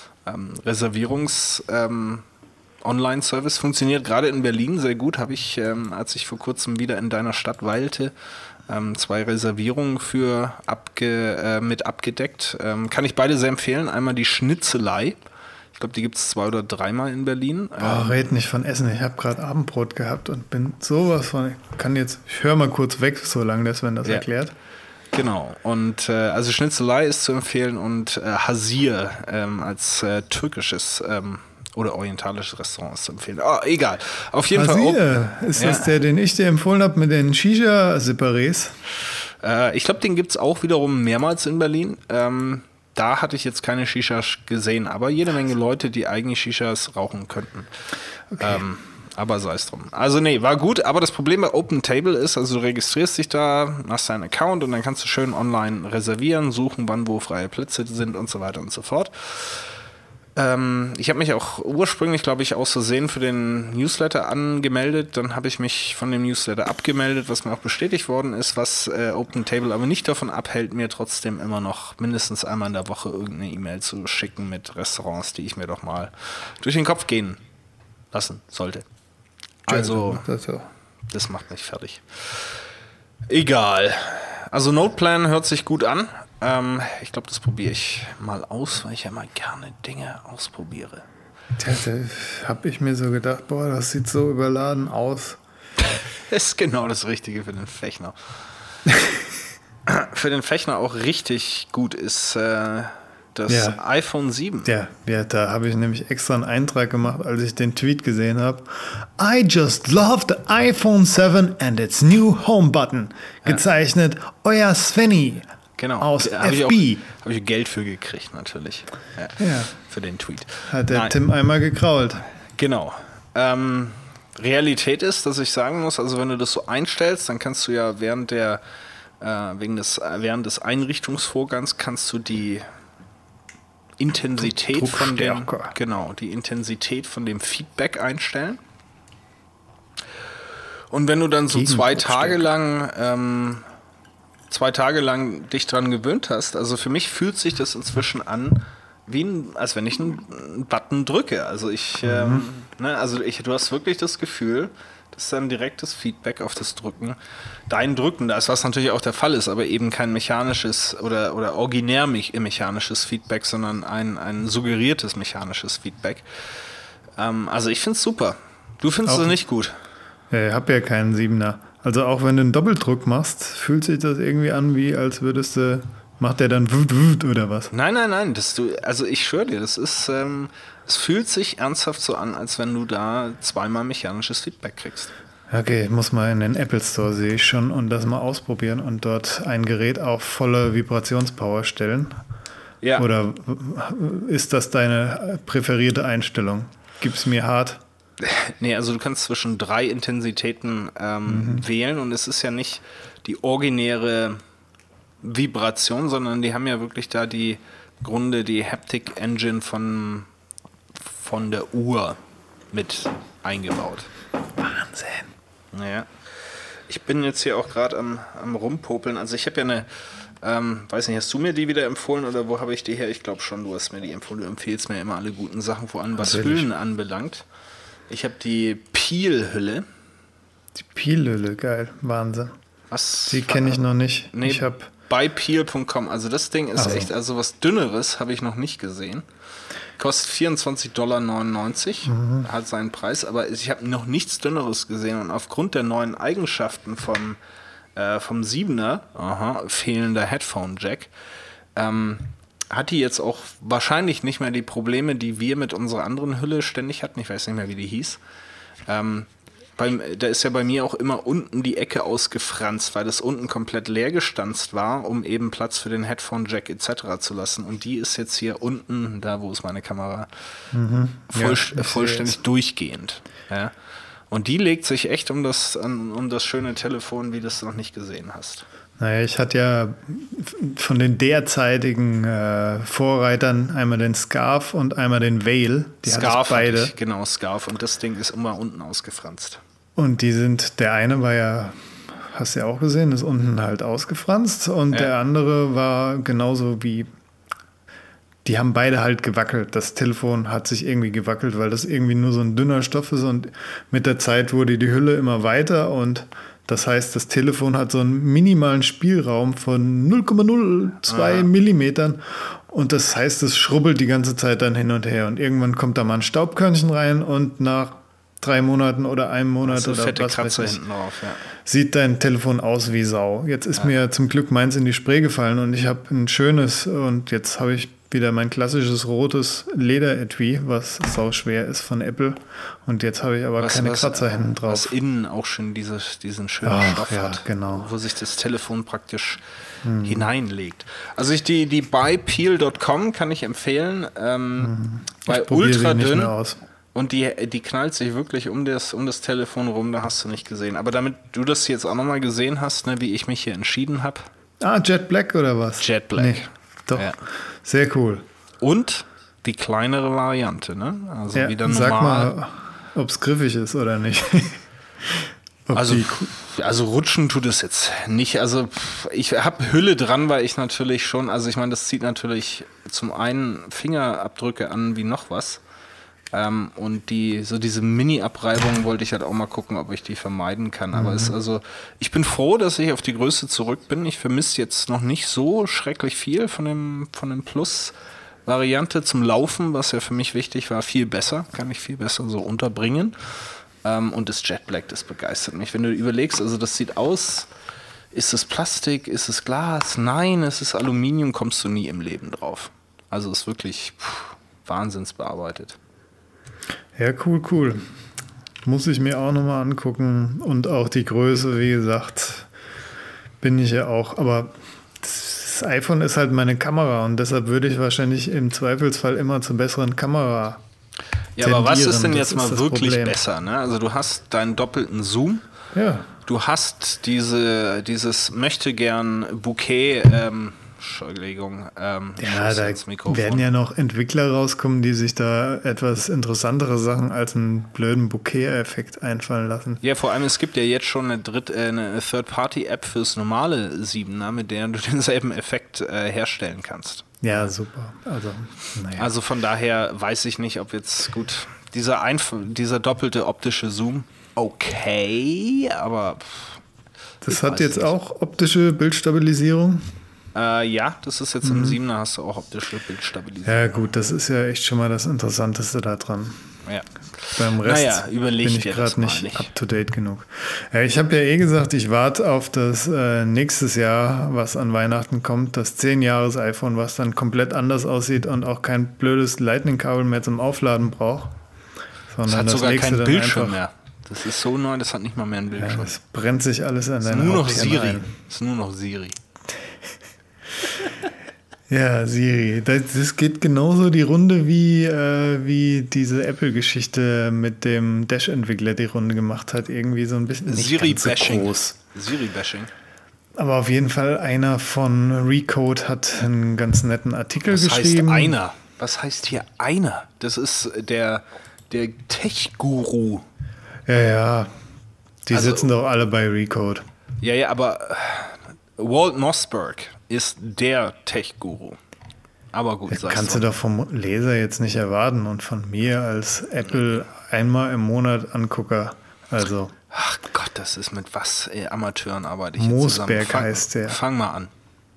Online-Service. Funktioniert gerade in Berlin sehr gut. Habe ich, als ich vor kurzem wieder in deiner Stadt weilte, 2 Reservierungen mit abgedeckt. Kann ich beide sehr empfehlen. Einmal die Schnitzelei. Ich glaube, die gibt es 2 oder 3 Mal in Berlin. Red nicht von Essen. Ich habe gerade Abendbrot gehabt und bin sowas von... Ich höre mal kurz weg, solange das, wenn das erklärt. Genau. Und also Schnitzelei ist zu empfehlen und Hasir als türkisches oder orientalisches Restaurant ist zu empfehlen. Egal. Auf jeden Fall. Ist das der, den ich dir empfohlen habe mit den Shisha-Separés? Ich glaube, den gibt es auch wiederum mehrmals in Berlin. Da hatte ich jetzt keine Shishas gesehen, aber jede Menge Leute, die eigentlich Shishas rauchen könnten. Okay. aber sei es drum. Also nee, war gut, aber das Problem bei OpenTable ist, also du registrierst dich da, hast deinen Account und dann kannst du schön online reservieren, suchen, wann wo freie Plätze sind und so weiter und so fort. Ich habe mich auch ursprünglich, glaube ich, aus Versehen für den Newsletter angemeldet. Dann habe ich mich von dem Newsletter abgemeldet, was mir auch bestätigt worden ist, was OpenTable aber nicht davon abhält, mir trotzdem immer noch mindestens einmal in der Woche irgendeine E-Mail zu schicken mit Restaurants, die ich mir doch mal durch den Kopf gehen lassen sollte. Also, das macht mich fertig. Egal. Also Noteplan hört sich gut an. Ich glaube, das probiere ich mal aus, weil ich ja mal gerne Dinge ausprobiere. Da habe ich mir so gedacht, boah, das sieht so überladen aus. Das ist genau das Richtige für den Fechner. Für den Fechner auch richtig gut ist das iPhone 7. Ja, da habe ich nämlich extra einen Eintrag gemacht, als ich den Tweet gesehen habe. I just love the iPhone 7 and its new Home Button. Gezeichnet euer Svenny. Genau. Aus Habe FB. Habe ich Geld für gekriegt, natürlich. Ja. Für den Tweet. Hat der Tim einmal gekrault. Genau. Realität ist, dass ich sagen muss, also wenn du das so einstellst, dann kannst du ja während des Einrichtungsvorgangs kannst du die Intensität die Intensität von dem Feedback einstellen. Und wenn du dann so 2 Tage lang dich dran gewöhnt hast, also für mich fühlt sich das inzwischen an, als wenn ich einen Button drücke. Also du hast wirklich das Gefühl, dass dann direktes Feedback auf das Drücken, dein Drücken da ist, was natürlich auch der Fall ist, aber eben kein mechanisches oder originär mechanisches Feedback, sondern ein suggeriertes mechanisches Feedback. Also ich finde es super. Du findest es nicht gut. Ja, ich habe ja keinen 7er. Also auch wenn du einen Doppeldruck machst, fühlt sich das irgendwie an, wie als würdest du, macht der dann wut oder was? Nein, also ich schwöre dir, das ist, es fühlt sich ernsthaft so an, als wenn du da zweimal mechanisches Feedback kriegst. Okay, ich muss mal in den Apple Store, sehe ich schon, und das mal ausprobieren und dort ein Gerät auf volle Vibrationspower stellen. Ja. Oder ist das deine präferierte Einstellung? Gib's mir hart. Nee, also du kannst zwischen 3 Intensitäten wählen und es ist ja nicht die originäre Vibration, sondern die haben ja wirklich da die Haptic Engine von der Uhr mit eingebaut. Wahnsinn. Naja. Ich bin jetzt hier auch gerade am Rumpopeln. Also ich habe ja eine, weiß nicht, hast du mir die wieder empfohlen oder wo habe ich die her? Ich glaube schon, du hast mir die empfohlen. Du empfehlst mir immer alle guten Sachen, vor allem was Hüllen anbelangt. Ich habe die Peel-Hülle. Die Peel-Hülle, geil. Wahnsinn. Die kenne ich noch nicht. Nee, ich habe bei Peel.com. Also das Ding ist echt, also was Dünneres habe ich noch nicht gesehen. Kostet $24,99, hat seinen Preis, aber ich habe noch nichts Dünneres gesehen und aufgrund der neuen Eigenschaften vom 7er, fehlender Headphone-Jack, hat die jetzt auch wahrscheinlich nicht mehr die Probleme, die wir mit unserer anderen Hülle ständig hatten. Ich weiß nicht mehr, wie die hieß. Da ist ja bei mir auch immer unten die Ecke ausgefranst, weil das unten komplett leer gestanzt war, um eben Platz für den Headphone-Jack etc. zu lassen. Und die ist jetzt hier unten, da wo ist meine Kamera, vollständig durchgehend. Ja. Und die legt sich echt um das schöne Telefon, wie du es noch nicht gesehen hast. Naja, ich hatte ja von den derzeitigen Vorreitern einmal den Scarf und einmal den Veil. Die Scarf beide. Genau, Scarf. Und das Ding ist immer unten ausgefranst. Und der eine war ja, hast du ja auch gesehen, ist unten halt ausgefranst. Und der andere war genauso wie, die haben beide halt gewackelt. Das Telefon hat sich irgendwie gewackelt, weil das irgendwie nur so ein dünner Stoff ist. Und mit der Zeit wurde die Hülle immer weiter und das heißt, das Telefon hat so einen minimalen Spielraum von 0,02 Millimetern und das heißt, es schrubbelt die ganze Zeit dann hin und her und irgendwann kommt da mal ein Staubkörnchen rein und nach 3 Monaten oder einem Monat oder fette was Kratzer weiß ich, hinten drauf, sieht dein Telefon aus wie Sau. Jetzt ist mir zum Glück meins in die Spree gefallen und ich habe ein schönes und jetzt habe ich wieder mein klassisches rotes Lederetui, was sau schwer ist von Apple. Und jetzt habe ich aber keine Kratzer hinten drauf. Was innen auch schon diesen schönen Stoff hat, genau. Wo sich das Telefon praktisch hineinlegt. Also die buypeel.com kann ich empfehlen. Bei ultra dünn. Und die knallt sich wirklich um das Telefon rum, da hast du nicht gesehen. Aber damit du das jetzt auch nochmal gesehen hast, ne, wie ich mich hier entschieden habe. Jet Black oder was? Jet Black. Nee, doch, ja. Sehr cool. Und die kleinere Variante, ne? Also ja, wieder normal. Sag mal, ob es griffig ist oder nicht. Also rutschen tut es jetzt nicht. Also ich habe Hülle dran, weil ich natürlich schon, also ich meine, das zieht natürlich zum einen Fingerabdrücke an wie noch was. Und diese Mini-Abreibungen wollte ich halt auch mal gucken, ob ich die vermeiden kann. Aber ich bin froh, dass ich auf die Größe zurück bin. Ich vermisse jetzt noch nicht so schrecklich viel von dem Plus-Variante zum Laufen, was ja für mich wichtig war, viel besser. Kann ich viel besser so unterbringen. Und das Jet Black, das begeistert mich. Wenn du überlegst, also das sieht aus, ist es Plastik, ist es Glas? Nein, es ist Aluminium, kommst du nie im Leben drauf. Also ist wirklich wahnsinns bearbeitet. Ja, cool. Muss ich mir auch nochmal angucken. Und auch die Größe, wie gesagt, bin ich ja auch. Aber das iPhone ist halt meine Kamera und deshalb würde ich wahrscheinlich im Zweifelsfall immer zur besseren Kamera Ja, aber was ist denn jetzt mal wirklich besser? Ne? Also du hast deinen doppelten Zoom. Ja. Du hast dieses möchtegern Bouquet, Entschuldigung, ja, da werden ja noch Entwickler rauskommen, die sich da etwas interessantere Sachen als einen blöden Bouquet-Effekt einfallen lassen. Ja, vor allem, es gibt ja jetzt schon eine Third-Party-App fürs normale 7er, mit der du denselben Effekt herstellen kannst. Ja, super. Also von daher weiß ich nicht, ob jetzt gut, dieser doppelte optische Zoom, okay, aber das hat jetzt auch optische Bildstabilisierung? Ja, das ist jetzt im 7er, hast du auch optische Bildstabilisierung. Ja gut, das ist ja echt schon mal das Interessanteste da dran. Ja. Beim Rest bin ich gerade nicht up-to-date genug. Ja, ich habe ja gesagt, ich warte auf das nächstes Jahr, was an Weihnachten kommt, das 10-Jahres-iPhone, was dann komplett anders aussieht und auch kein blödes Lightning-Kabel mehr zum Aufladen braucht. Das hat sogar keinen Bildschirm mehr. Das ist so neu, das hat nicht mal mehr einen Bildschirm. Es brennt sich alles an deiner Haut ein. Es ist nur noch Siri. Ja, Siri. Das geht genauso die Runde wie diese Apple-Geschichte mit dem Dash-Entwickler die Runde gemacht hat. Irgendwie so ein bisschen nicht ganz so groß. Siri-Bashing. Aber auf jeden Fall einer von Recode hat einen ganz netten Artikel geschrieben. Was heißt einer? Was heißt hier einer? Das ist der Tech-Guru. Ja. Die sitzen doch alle bei Recode. Ja, aber Walt Mossberg ist der Tech-Guru. Aber gut, kannst du doch vom Leser jetzt nicht erwarten und von mir als Apple einmal im Monat Angucker. Also. Ach Gott, das ist mit was Amateuren arbeite ich Moosberg jetzt zusammen. heißt der. Fang mal an.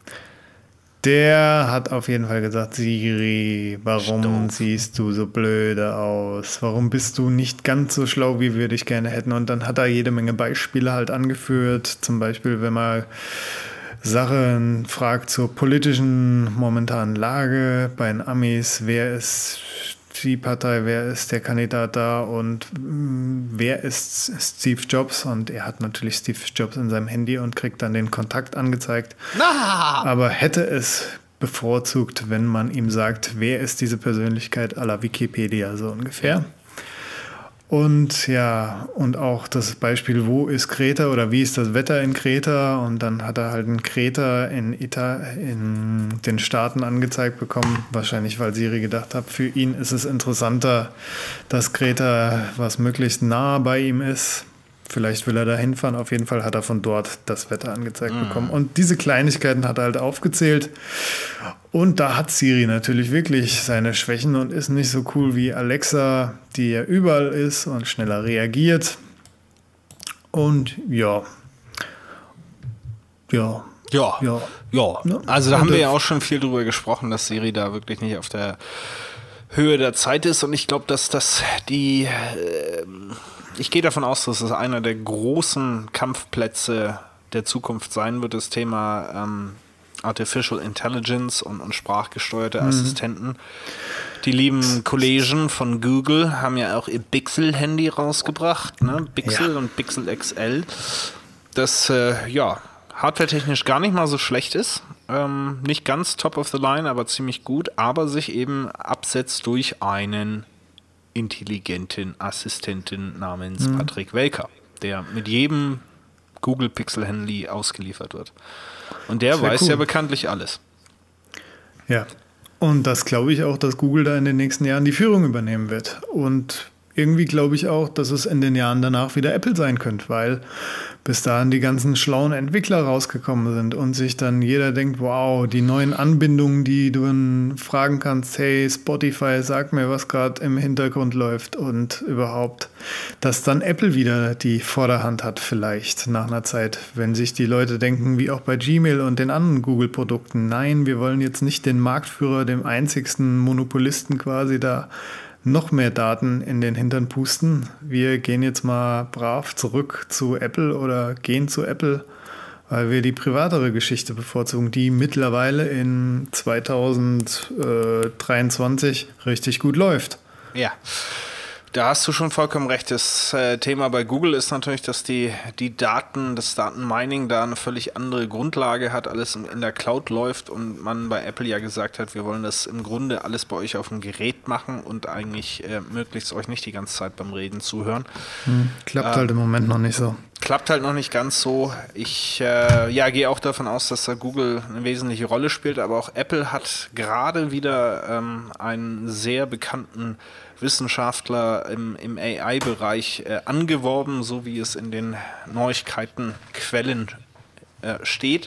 Der hat auf jeden Fall gesagt, Siri, warum siehst du so blöde aus? Warum bist du nicht ganz so schlau, wie wir dich gerne hätten? Und dann hat er jede Menge Beispiele halt angeführt. Zum Beispiel, wenn man Sachen fragt zur politischen momentanen Lage bei den Amis, wer ist die Partei, wer ist der Kandidat da und wer ist Steve Jobs? Und er hat natürlich Steve Jobs in seinem Handy und kriegt dann den Kontakt angezeigt. Aber hätte es bevorzugt, wenn man ihm sagt, wer ist diese Persönlichkeit à la Wikipedia, so ungefähr. Und ja, und auch das Beispiel, wo ist Kreta oder wie ist das Wetter in Kreta? Und dann hat er halt einen Kreta in den Staaten angezeigt bekommen. Wahrscheinlich, weil Siri gedacht hat, für ihn ist es interessanter, dass Kreta was möglichst nah bei ihm ist. Vielleicht will er da hinfahren. Auf jeden Fall hat er von dort das Wetter angezeigt bekommen. Und diese Kleinigkeiten hat er halt aufgezählt. Und da hat Siri natürlich wirklich seine Schwächen und ist nicht so cool wie Alexa, die ja überall ist und schneller reagiert. Und ja. Also da haben wir ja auch schon viel drüber gesprochen, dass Siri da wirklich nicht auf der Höhe der Zeit ist. Und ich glaube, dass ich gehe davon aus, dass es einer der großen Kampfplätze der Zukunft sein wird, das Thema Artificial Intelligence und sprachgesteuerte Assistenten. Die lieben Kollegen von Google haben ja auch ihr Pixel-Handy rausgebracht, ne? Pixel und Pixel XL. Das, hardwaretechnisch gar nicht mal so schlecht ist. Nicht ganz top of the line, aber ziemlich gut, aber sich eben absetzt durch einen intelligenten Assistenten namens Patrick Welker, der mit jedem Google Pixel Handy ausgeliefert wird. Und der weiß ja bekanntlich alles. Ja, und das glaube ich auch, dass Google da in den nächsten Jahren die Führung übernehmen wird. Und irgendwie glaube ich auch, dass es in den Jahren danach wieder Apple sein könnte, weil bis dahin die ganzen schlauen Entwickler rausgekommen sind und sich dann jeder denkt, wow, die neuen Anbindungen, die du dann fragen kannst, hey Spotify, sag mir, was gerade im Hintergrund läuft und überhaupt, dass dann Apple wieder die Vorderhand hat vielleicht nach einer Zeit, wenn sich die Leute denken, wie auch bei Gmail und den anderen Google-Produkten, nein, wir wollen jetzt nicht den Marktführer, dem einzigsten Monopolisten quasi da noch mehr Daten in den Hintern pusten. Wir gehen jetzt mal brav zurück zu Apple oder gehen zu Apple, weil wir die privatere Geschichte bevorzugen, die mittlerweile in 2023 richtig gut läuft. Ja, da hast du schon vollkommen recht. Das Thema bei Google ist natürlich, dass die Daten, das Datenmining da eine völlig andere Grundlage hat, alles in der Cloud läuft und man bei Apple ja gesagt hat, wir wollen das im Grunde alles bei euch auf dem Gerät machen und eigentlich möglichst euch nicht die ganze Zeit beim Reden zuhören. Klappt halt im Moment noch nicht so. Klappt halt noch nicht ganz so. Ich gehe auch davon aus, dass da Google eine wesentliche Rolle spielt, aber auch Apple hat gerade wieder einen sehr bekannten Wissenschaftler im AI-Bereich angeworben, so wie es in den Neuigkeitenquellen steht.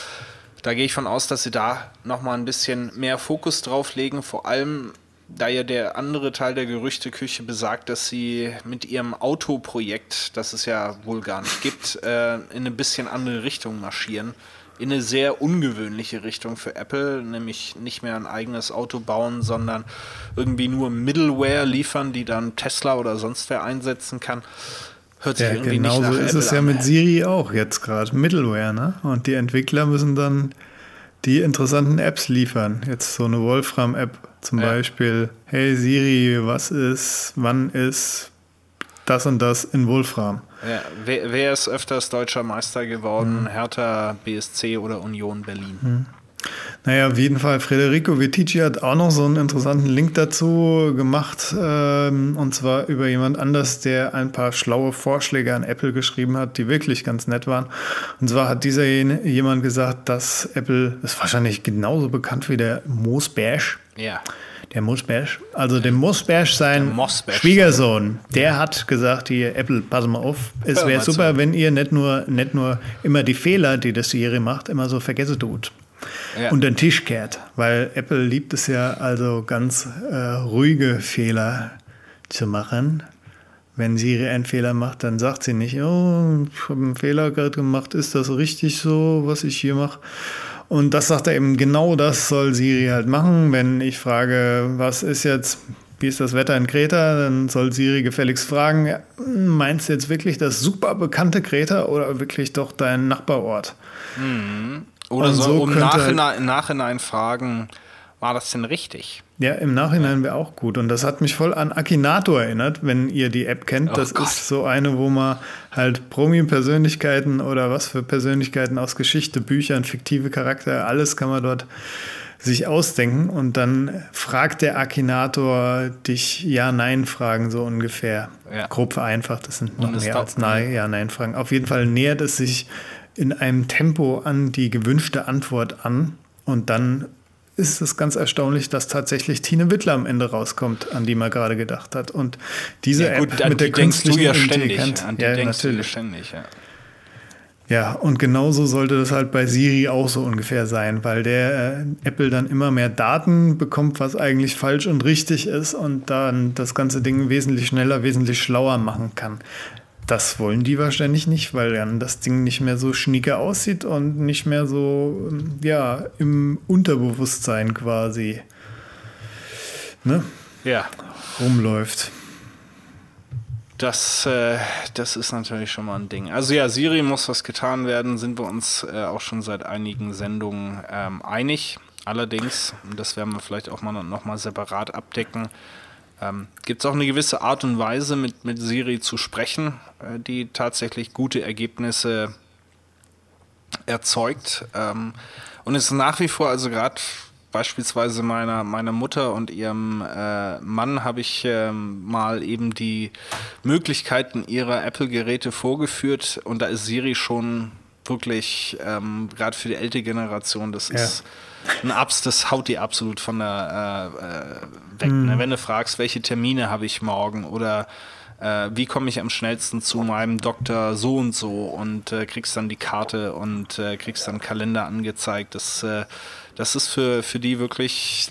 Da gehe ich von aus, dass sie da nochmal ein bisschen mehr Fokus drauf legen, vor allem da ja der andere Teil der Gerüchteküche besagt, dass sie mit ihrem Autoprojekt, das es ja wohl gar nicht gibt, in eine bisschen andere Richtung marschieren. In eine sehr ungewöhnliche Richtung für Apple, nämlich nicht mehr ein eigenes Auto bauen, sondern irgendwie nur Middleware liefern, die dann Tesla oder sonst wer einsetzen kann. Hört sich irgendwie nicht nach Apple an. Genauso ist es ja mit Siri auch jetzt gerade, Middleware, ne? Und die Entwickler müssen dann die interessanten Apps liefern. Jetzt so eine Wolfram-App zum Beispiel. Hey Siri, was ist, wann ist das und das in Wolfram? Ja, wer ist öfters deutscher Meister geworden? Hertha, BSC oder Union Berlin? Naja, auf jeden Fall, Federico Viticci hat auch noch so einen interessanten Link dazu gemacht, und zwar über jemand anders, der ein paar schlaue Vorschläge an Apple geschrieben hat, die wirklich ganz nett waren. Und zwar hat dieser jemand gesagt, dass Apple, ist wahrscheinlich genauso bekannt wie der Mosberg. Ja. Der Mosberg, also der Mosberg, sein Schwiegersohn, der hat gesagt, hier Apple, pass mal auf, es wäre super, wenn ihr nicht nur immer die Fehler, die das Siri macht, immer so vergessen tut. Ja. Und den Tisch kehrt, weil Apple liebt es ja also ganz ruhige Fehler zu machen. Wenn Siri einen Fehler macht, dann sagt sie nicht, oh, ich habe einen Fehler gerade gemacht, ist das richtig so, was ich hier mache? Und das sagt er eben, genau das soll Siri halt machen. Wenn ich frage, wie ist das Wetter in Kreta, dann soll Siri gefälligst fragen, meinst du jetzt wirklich das super bekannte Kreta oder wirklich doch dein Nachbarort? Oder so im Nachhinein fragen, war das denn richtig? Ja, im Nachhinein wäre auch gut. Und das hat mich voll an Akinator erinnert, wenn ihr die App kennt. Das ist so eine, wo man halt Promi-Persönlichkeiten oder was für Persönlichkeiten aus Geschichte, Büchern, fiktive Charakter, alles kann man dort sich ausdenken. Und dann fragt der Akinator dich Ja-Nein-Fragen so ungefähr. Ja. Grob vereinfacht, das sind noch mehr als Ja-Nein-Fragen. Auf jeden Fall nähert es sich in einem Tempo an die gewünschte Antwort an. Und dann ist es ganz erstaunlich, dass tatsächlich Tine Wittler am Ende rauskommt, an die man gerade gedacht hat. Und diese App mit der künstlichen Intelligenz. An die denkst du ja ständig, ja. Ja, und genauso sollte das halt bei Siri auch so ungefähr sein, weil der Apple dann immer mehr Daten bekommt, was eigentlich falsch und richtig ist und dann das ganze Ding wesentlich schneller, wesentlich schlauer machen kann. Das wollen die wahrscheinlich nicht, weil dann das Ding nicht mehr so schnieke aussieht und nicht mehr so, ja, im Unterbewusstsein quasi, ne? Ja. Rumläuft. Das ist natürlich schon mal ein Ding. Also ja, Siri muss was getan werden, sind wir uns auch schon seit einigen Sendungen einig. Allerdings, und das werden wir vielleicht auch mal noch mal separat abdecken, gibt es auch eine gewisse Art und Weise, mit Siri zu sprechen, die tatsächlich gute Ergebnisse erzeugt. Und es ist nach wie vor, also gerade beispielsweise meiner Mutter und ihrem Mann habe ich mal eben die Möglichkeiten ihrer Apple-Geräte vorgeführt und da ist Siri schon wirklich, gerade für die ältere Generation, das ist das haut die absolut von der weg. Ne? Wenn du fragst, welche Termine habe ich morgen oder wie komme ich am schnellsten zu meinem Doktor so und kriegst dann die Karte und kriegst dann Kalender angezeigt. Das ist für die wirklich,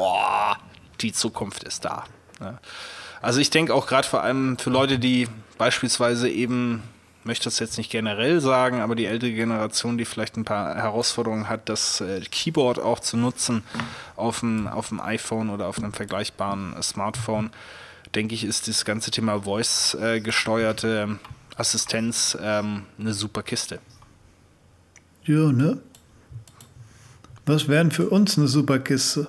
die Zukunft ist da. Ne? Also ich denke auch gerade vor allem für Leute, die beispielsweise eben, möchte das jetzt nicht generell sagen, aber die ältere Generation, die vielleicht ein paar Herausforderungen hat, das Keyboard auch zu nutzen auf dem iPhone oder auf einem vergleichbaren Smartphone, denke ich, ist das ganze Thema Voice-gesteuerte Assistenz eine super Kiste. Ja, ne? Was wären für uns eine super Kiste?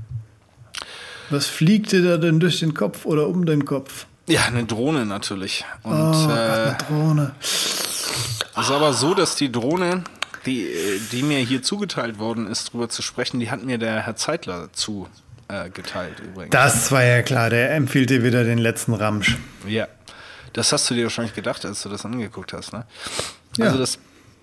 Was fliegt dir da denn durch den Kopf oder um den Kopf? Ja, eine Drohne natürlich. Und, eine Drohne. Es ist aber so, dass die Drohne, die mir hier zugeteilt worden ist, drüber zu sprechen, die hat mir der Herr Zeitler geteilt übrigens. Das war ja klar, der empfiehlt dir wieder den letzten Ramsch. Ja, das hast du dir wahrscheinlich gedacht, als du das angeguckt hast, ne? Ja. Also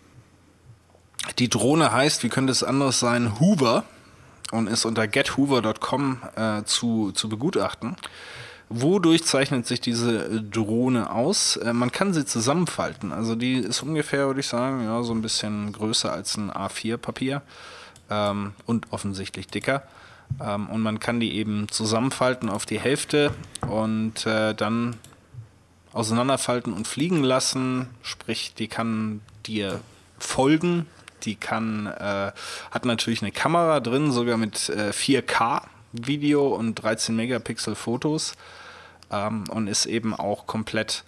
die Drohne heißt, wie könnte es anderes sein, Hoover und ist unter gethoover.com zu begutachten. Wodurch zeichnet sich diese Drohne aus? Man kann sie zusammenfalten. Also die ist ungefähr, würde ich sagen, ja, so ein bisschen größer als ein A4-Papier und offensichtlich dicker. Und man kann die eben zusammenfalten auf die Hälfte und dann auseinanderfalten und fliegen lassen. Sprich, die kann dir folgen. Die hat natürlich eine Kamera drin, sogar mit 4K Video und 13 Megapixel Fotos und ist eben auch komplett,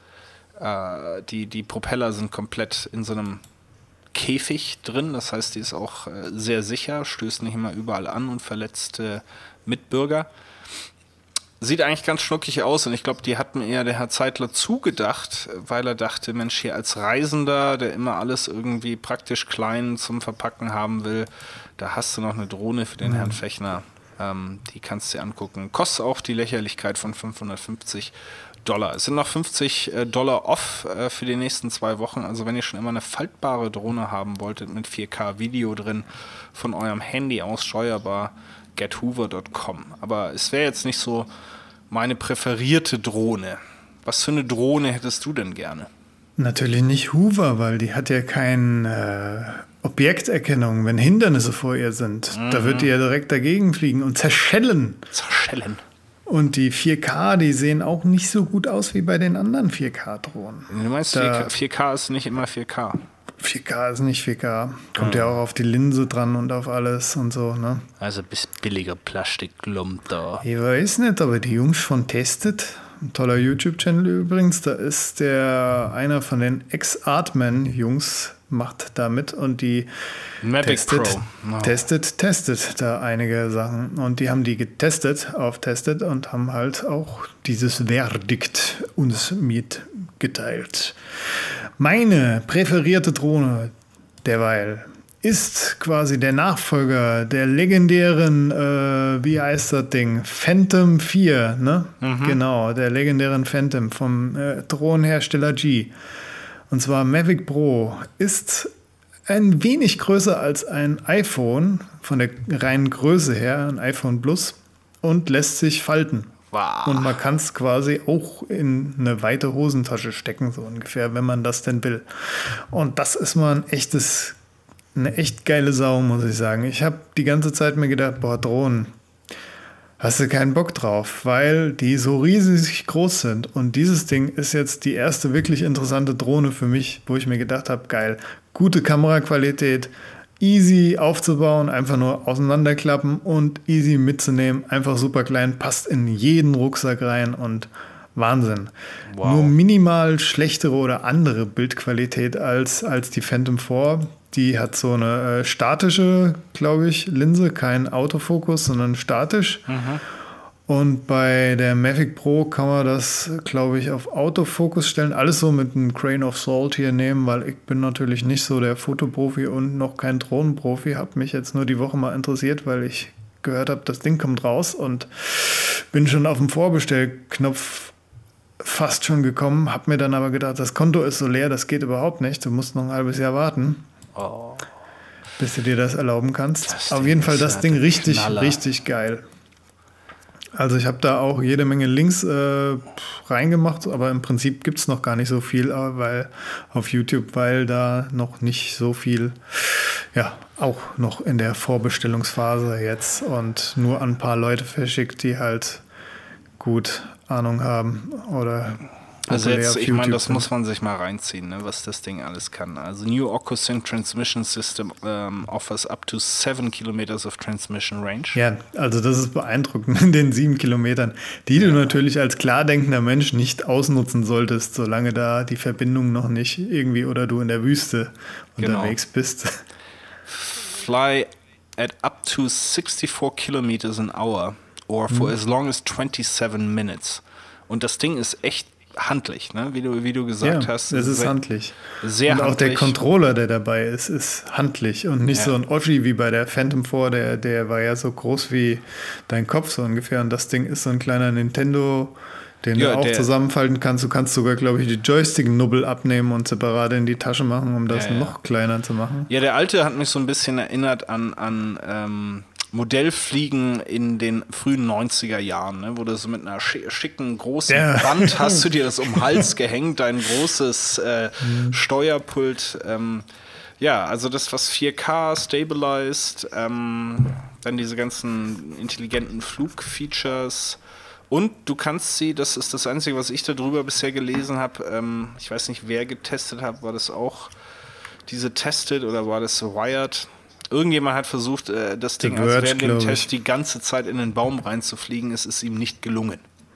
die Propeller sind komplett in so einem Käfig drin, das heißt, die ist auch sehr sicher, stößt nicht immer überall an und verletzt Mitbürger. Sieht eigentlich ganz schnuckig aus und ich glaube, die hat mir eher der Herr Zeitler zugedacht, weil er dachte, Mensch, hier als Reisender, der immer alles irgendwie praktisch klein zum Verpacken haben will, da hast du noch eine Drohne für den Herrn Fechner. Die kannst du dir angucken. Kostet auch die Lächerlichkeit von $550. Es sind noch $50 off für die nächsten 2 Wochen. Also wenn ihr schon immer eine faltbare Drohne haben wolltet mit 4K Video drin, von eurem Handy aus steuerbar, gethoover.com. Aber es wäre jetzt nicht so meine präferierte Drohne. Was für eine Drohne hättest du denn gerne? Natürlich nicht Hoover, weil die hat ja keine Objekterkennung, wenn Hindernisse vor ihr sind. Da wird die ja direkt dagegen fliegen und zerschellen. Und die 4K, die sehen auch nicht so gut aus wie bei den anderen 4K-Drohnen. Du meinst, 4K ist nicht immer 4K? 4K ist nicht 4K. Kommt ja auch auf die Linse dran und auf alles und so, ne? Also bis billiger Plastikklump da. Ich weiß nicht, aber die Jungs von Tested, ein toller YouTube-Channel übrigens, da ist einer von den Ex-Artman-Jungs macht da mit und die testet da einige Sachen und die haben die getestet auf Tested und haben halt auch dieses Verdikt uns mitgeteilt. Meine präferierte Drohne derweil ist quasi der Nachfolger der legendären, wie heißt das Ding? Phantom 4, ne? Genau, der legendären Phantom vom Drohnenhersteller G. Und zwar Mavic Pro ist ein wenig größer als ein iPhone, von der reinen Größe her, ein iPhone Plus, und lässt sich falten. Wow. Und man kann es quasi auch in eine weite Hosentasche stecken, so ungefähr, wenn man das denn will. Und das ist mal eine echt geile Sau, muss ich sagen. Ich habe die ganze Zeit mir gedacht, Drohnen, hast du keinen Bock drauf, weil die so riesig groß sind. Und dieses Ding ist jetzt die erste wirklich interessante Drohne für mich, wo ich mir gedacht habe, geil, gute Kameraqualität, easy aufzubauen, einfach nur auseinanderklappen und easy mitzunehmen, einfach super klein, passt in jeden Rucksack rein und Wahnsinn. Wow. Nur minimal schlechtere oder andere Bildqualität als die Phantom 4. Die hat so eine statische, glaube ich, Linse, kein Autofokus, sondern statisch. Und bei der Mavic Pro kann man das, glaube ich, auf Autofokus stellen. Alles so mit einem Grain of Salt hier nehmen, weil ich bin natürlich nicht so der Fotoprofi und noch kein Drohnenprofi. Habe mich jetzt nur die Woche mal interessiert, weil ich gehört habe, das Ding kommt raus und bin schon auf dem Vorbestellknopf fast schon gekommen, habe mir dann aber gedacht, das Konto ist so leer, das geht überhaupt nicht, du musst noch ein halbes Jahr warten, bis du dir das erlauben kannst. Auf jeden Fall das Ding richtig geil. Also ich habe da auch jede Menge Links reingemacht, aber im Prinzip gibt es noch gar nicht so viel weil auf YouTube, weil da noch nicht so viel, ja, auch noch in der Vorbestellungsphase jetzt und nur an ein paar Leute verschickt, die halt gut Ahnung haben oder also jetzt, ich meine, das muss man sich mal reinziehen, ne, was das Ding alles kann. Also New OcuSync Transmission System offers up to 7 kilometers of transmission range. Ja, also das ist beeindruckend in den 7 Kilometern, die du natürlich als klar denkender Mensch nicht ausnutzen solltest, solange da die Verbindung noch nicht irgendwie oder du in der Wüste unterwegs bist. Fly at up to 64 kilometers an hour or for as long as 27 minutes. Und das Ding ist echt handlich, ne? Wie du gesagt hast. Es ist handlich. Sehr handlich. Und auch der Controller, der dabei ist handlich und nicht so ein Oschi wie bei der Phantom 4, der war ja so groß wie dein Kopf so ungefähr und das Ding ist so ein kleiner Nintendo, den du auch zusammenfalten kannst. Du kannst sogar, glaube ich, die Joystick-Nubbel abnehmen und separat in die Tasche machen, um das noch kleiner zu machen. Ja, der alte hat mich so ein bisschen erinnert an Modellfliegen in den frühen 90er Jahren, ne, wo du so mit einer schicken, großen Wand hast du dir das um den Hals gehängt, dein großes Steuerpult. Also das, was 4K stabilized, dann diese ganzen intelligenten Flugfeatures und du kannst sie, das ist das Einzige, was ich darüber bisher gelesen habe, ich weiß nicht, wer getestet hat, war das auch diese Tested oder war das Wired? Irgendjemand hat versucht, das Ding während dem Test die ganze Zeit in den Baum reinzufliegen. Es ist ihm nicht gelungen.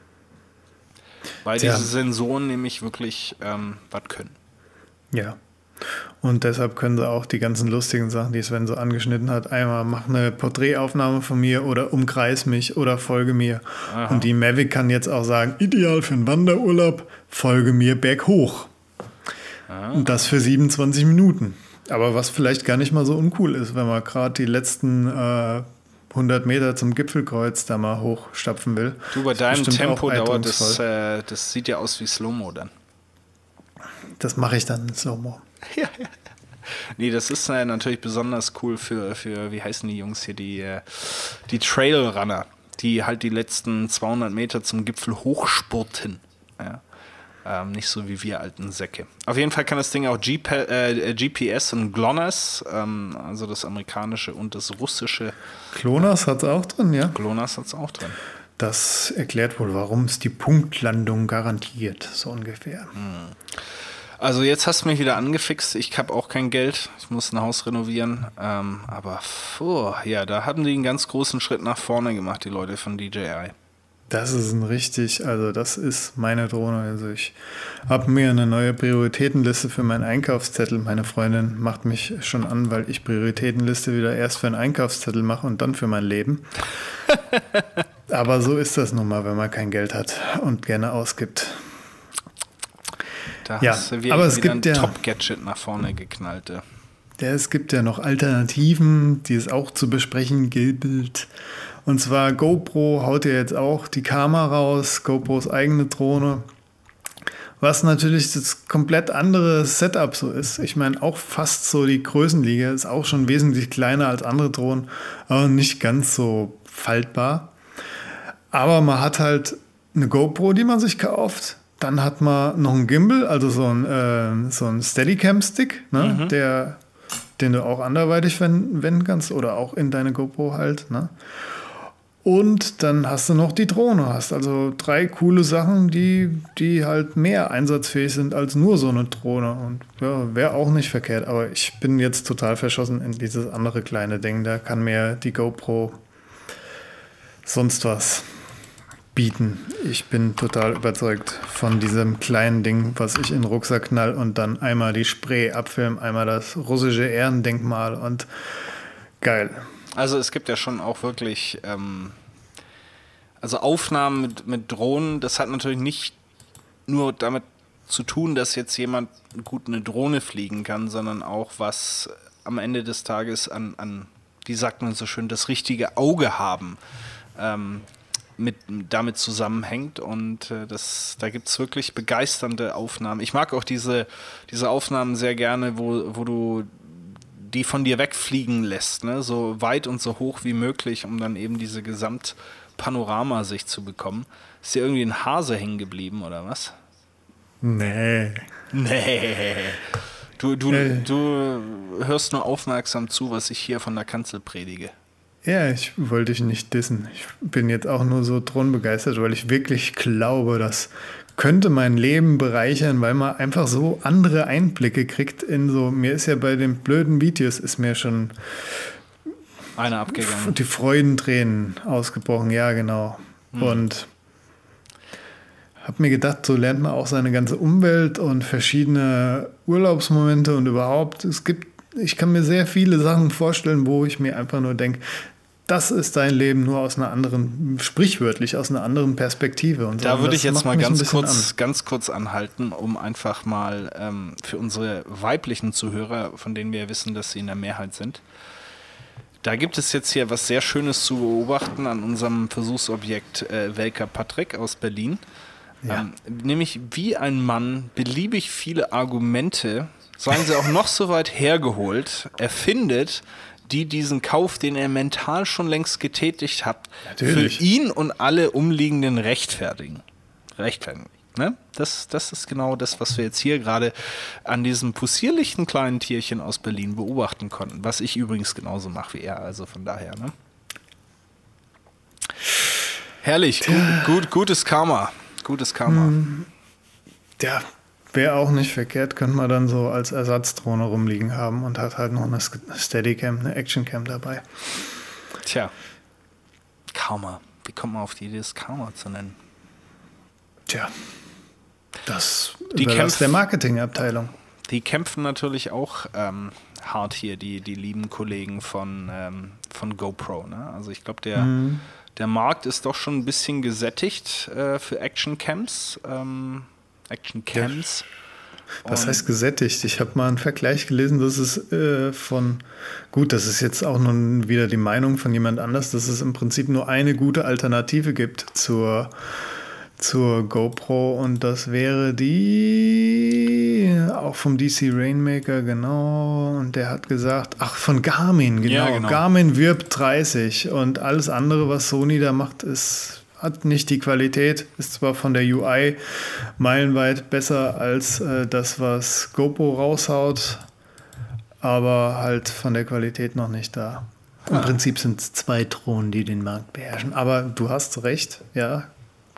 Weil diese Sensoren nämlich wirklich was können. Ja. Und deshalb können sie auch die ganzen lustigen Sachen, die Sven so angeschnitten hat, einmal mach eine Porträtaufnahme von mir oder umkreis mich oder folge mir. Aha. Und die Mavic kann jetzt auch sagen, ideal für einen Wanderurlaub, folge mir berghoch. Und das für 27 Minuten. Aber was vielleicht gar nicht mal so uncool ist, wenn man gerade die letzten 100 Meter zum Gipfelkreuz da mal hochstapfen will. Du, bei deinem Tempo dauert das sieht ja aus wie Slow-Mo dann. Das mache ich dann in Slow-Mo. Ja. Nee, das ist natürlich besonders cool für, wie heißen die Jungs hier, die Trailrunner, die halt die letzten 200 Meter zum Gipfel hochspurten. Ja. Nicht so wie wir alten Säcke. Auf jeden Fall kann das Ding auch GPS und GLONASS, also das amerikanische und das russische. GLONASS hat es auch drin, ja? GLONASS hat es auch drin. Das erklärt wohl, warum es die Punktlandung garantiert, so ungefähr. Also jetzt hast du mich wieder angefixt. Ich habe auch kein Geld. Ich muss ein Haus renovieren. Aber da haben die einen ganz großen Schritt nach vorne gemacht, die Leute von DJI. Das ist meine Drohne. Also ich habe mir eine neue Prioritätenliste für meinen Einkaufszettel. Meine Freundin macht mich schon an, weil ich Prioritätenliste wieder erst für einen Einkaufszettel mache und dann für mein Leben. Aber so ist das nun mal, wenn man kein Geld hat und gerne ausgibt. Da hast du wieder ein Top-Gadget nach vorne geknallt. Es gibt ja noch Alternativen, die es auch zu besprechen gilt. Und zwar GoPro haut ja jetzt auch die Kamera raus, GoPros eigene Drohne. Was natürlich das komplett andere Setup so ist. Ich meine, auch fast so die Größenliga ist auch schon wesentlich kleiner als andere Drohnen, aber nicht ganz so faltbar. Aber man hat halt eine GoPro, die man sich kauft. Dann hat man noch einen Gimbal, also so ein Steadicam-Stick, ne, den du auch anderweitig wenden kannst oder auch in deine GoPro halt. Ne? Und dann hast du noch die Drohne, hast also 3 coole Sachen, die halt mehr einsatzfähig sind als nur so eine Drohne. Und ja, wäre auch nicht verkehrt, aber ich bin jetzt total verschossen in dieses andere kleine Ding. Da kann mir die GoPro sonst was bieten. Ich bin total überzeugt von diesem kleinen Ding, was ich in den Rucksack knall und dann einmal die Spree abfilm, einmal das russische Ehrendenkmal und geil. Also es gibt ja schon auch wirklich Aufnahmen mit Drohnen. Das hat natürlich nicht nur damit zu tun, dass jetzt jemand gut eine Drohne fliegen kann, sondern auch was am Ende des Tages an wie sagt man so schön, das richtige Auge haben, damit zusammenhängt. Und da gibt es wirklich begeisternde Aufnahmen. Ich mag auch diese Aufnahmen sehr gerne, wo du die von dir wegfliegen lässt, ne? So weit und so hoch wie möglich, um dann eben diese Gesamtpanorama-Sicht zu bekommen. Ist dir irgendwie ein Hase hängen geblieben, oder was? Nee. Du hörst nur aufmerksam zu, was ich hier von der Kanzel predige. Ja, ich wollte dich nicht dissen. Ich bin jetzt auch nur so thronbegeistert, weil ich wirklich glaube, das könnte mein Leben bereichern, weil man einfach so andere Einblicke kriegt in so, mir ist ja bei den blöden Videos ist mir schon einer abgegangen. Die Freudentränen ausgebrochen, ja genau. Und habe mir gedacht, so lernt man auch seine ganze Umwelt und verschiedene Urlaubsmomente und überhaupt, ich kann mir sehr viele Sachen vorstellen, wo ich mir einfach nur denke, das ist dein Leben nur aus einer anderen, sprichwörtlich aus einer anderen Perspektive. Und so. Da würde ich jetzt mal ganz kurz anhalten, um einfach mal für unsere weiblichen Zuhörer, von denen wir wissen, dass sie in der Mehrheit sind, da gibt es jetzt hier was sehr Schönes zu beobachten an unserem Versuchsobjekt Welker Patrick aus Berlin. Ja. Nämlich wie ein Mann beliebig viele Argumente, seien sie auch noch so weit hergeholt, erfindet, die diesen Kauf, den er mental schon längst getätigt hat, Natürlich. für ihn und alle Umliegenden rechtfertigen. Ne? Das ist genau das, was wir jetzt hier gerade an diesem possierlichen kleinen Tierchen aus Berlin beobachten konnten. Was ich übrigens genauso mache wie er, also von daher. Ne? Herrlich, gutes Karma. Gutes Karma. Ja, wäre auch nicht verkehrt, könnte man dann so als Ersatzdrohne rumliegen haben und hat halt noch eine Steadicam, eine Actioncam dabei. Tja, Karma. Wie kommt man auf die Idee, das Karma zu nennen? Tja, das überlässt der Marketingabteilung. Die kämpfen natürlich auch hart hier, die lieben Kollegen von GoPro. Ne? Also ich glaube, der Markt ist doch schon ein bisschen gesättigt für Actioncams. Was heißt gesättigt? Ich habe mal einen Vergleich gelesen, dass es das ist jetzt auch nun wieder die Meinung von jemand anders, dass es im Prinzip nur eine gute Alternative gibt zur GoPro und das wäre die auch vom DC Rainmaker, genau, und der hat gesagt, von Garmin, genau. Ja, genau. Garmin wirbt 30 und alles andere, was Sony da macht, hat nicht die Qualität, ist zwar von der UI meilenweit besser als das, was GoPro raushaut, aber halt von der Qualität noch nicht da. Im Prinzip sind es 2 Drohnen, die den Markt beherrschen. Aber du hast recht, ja.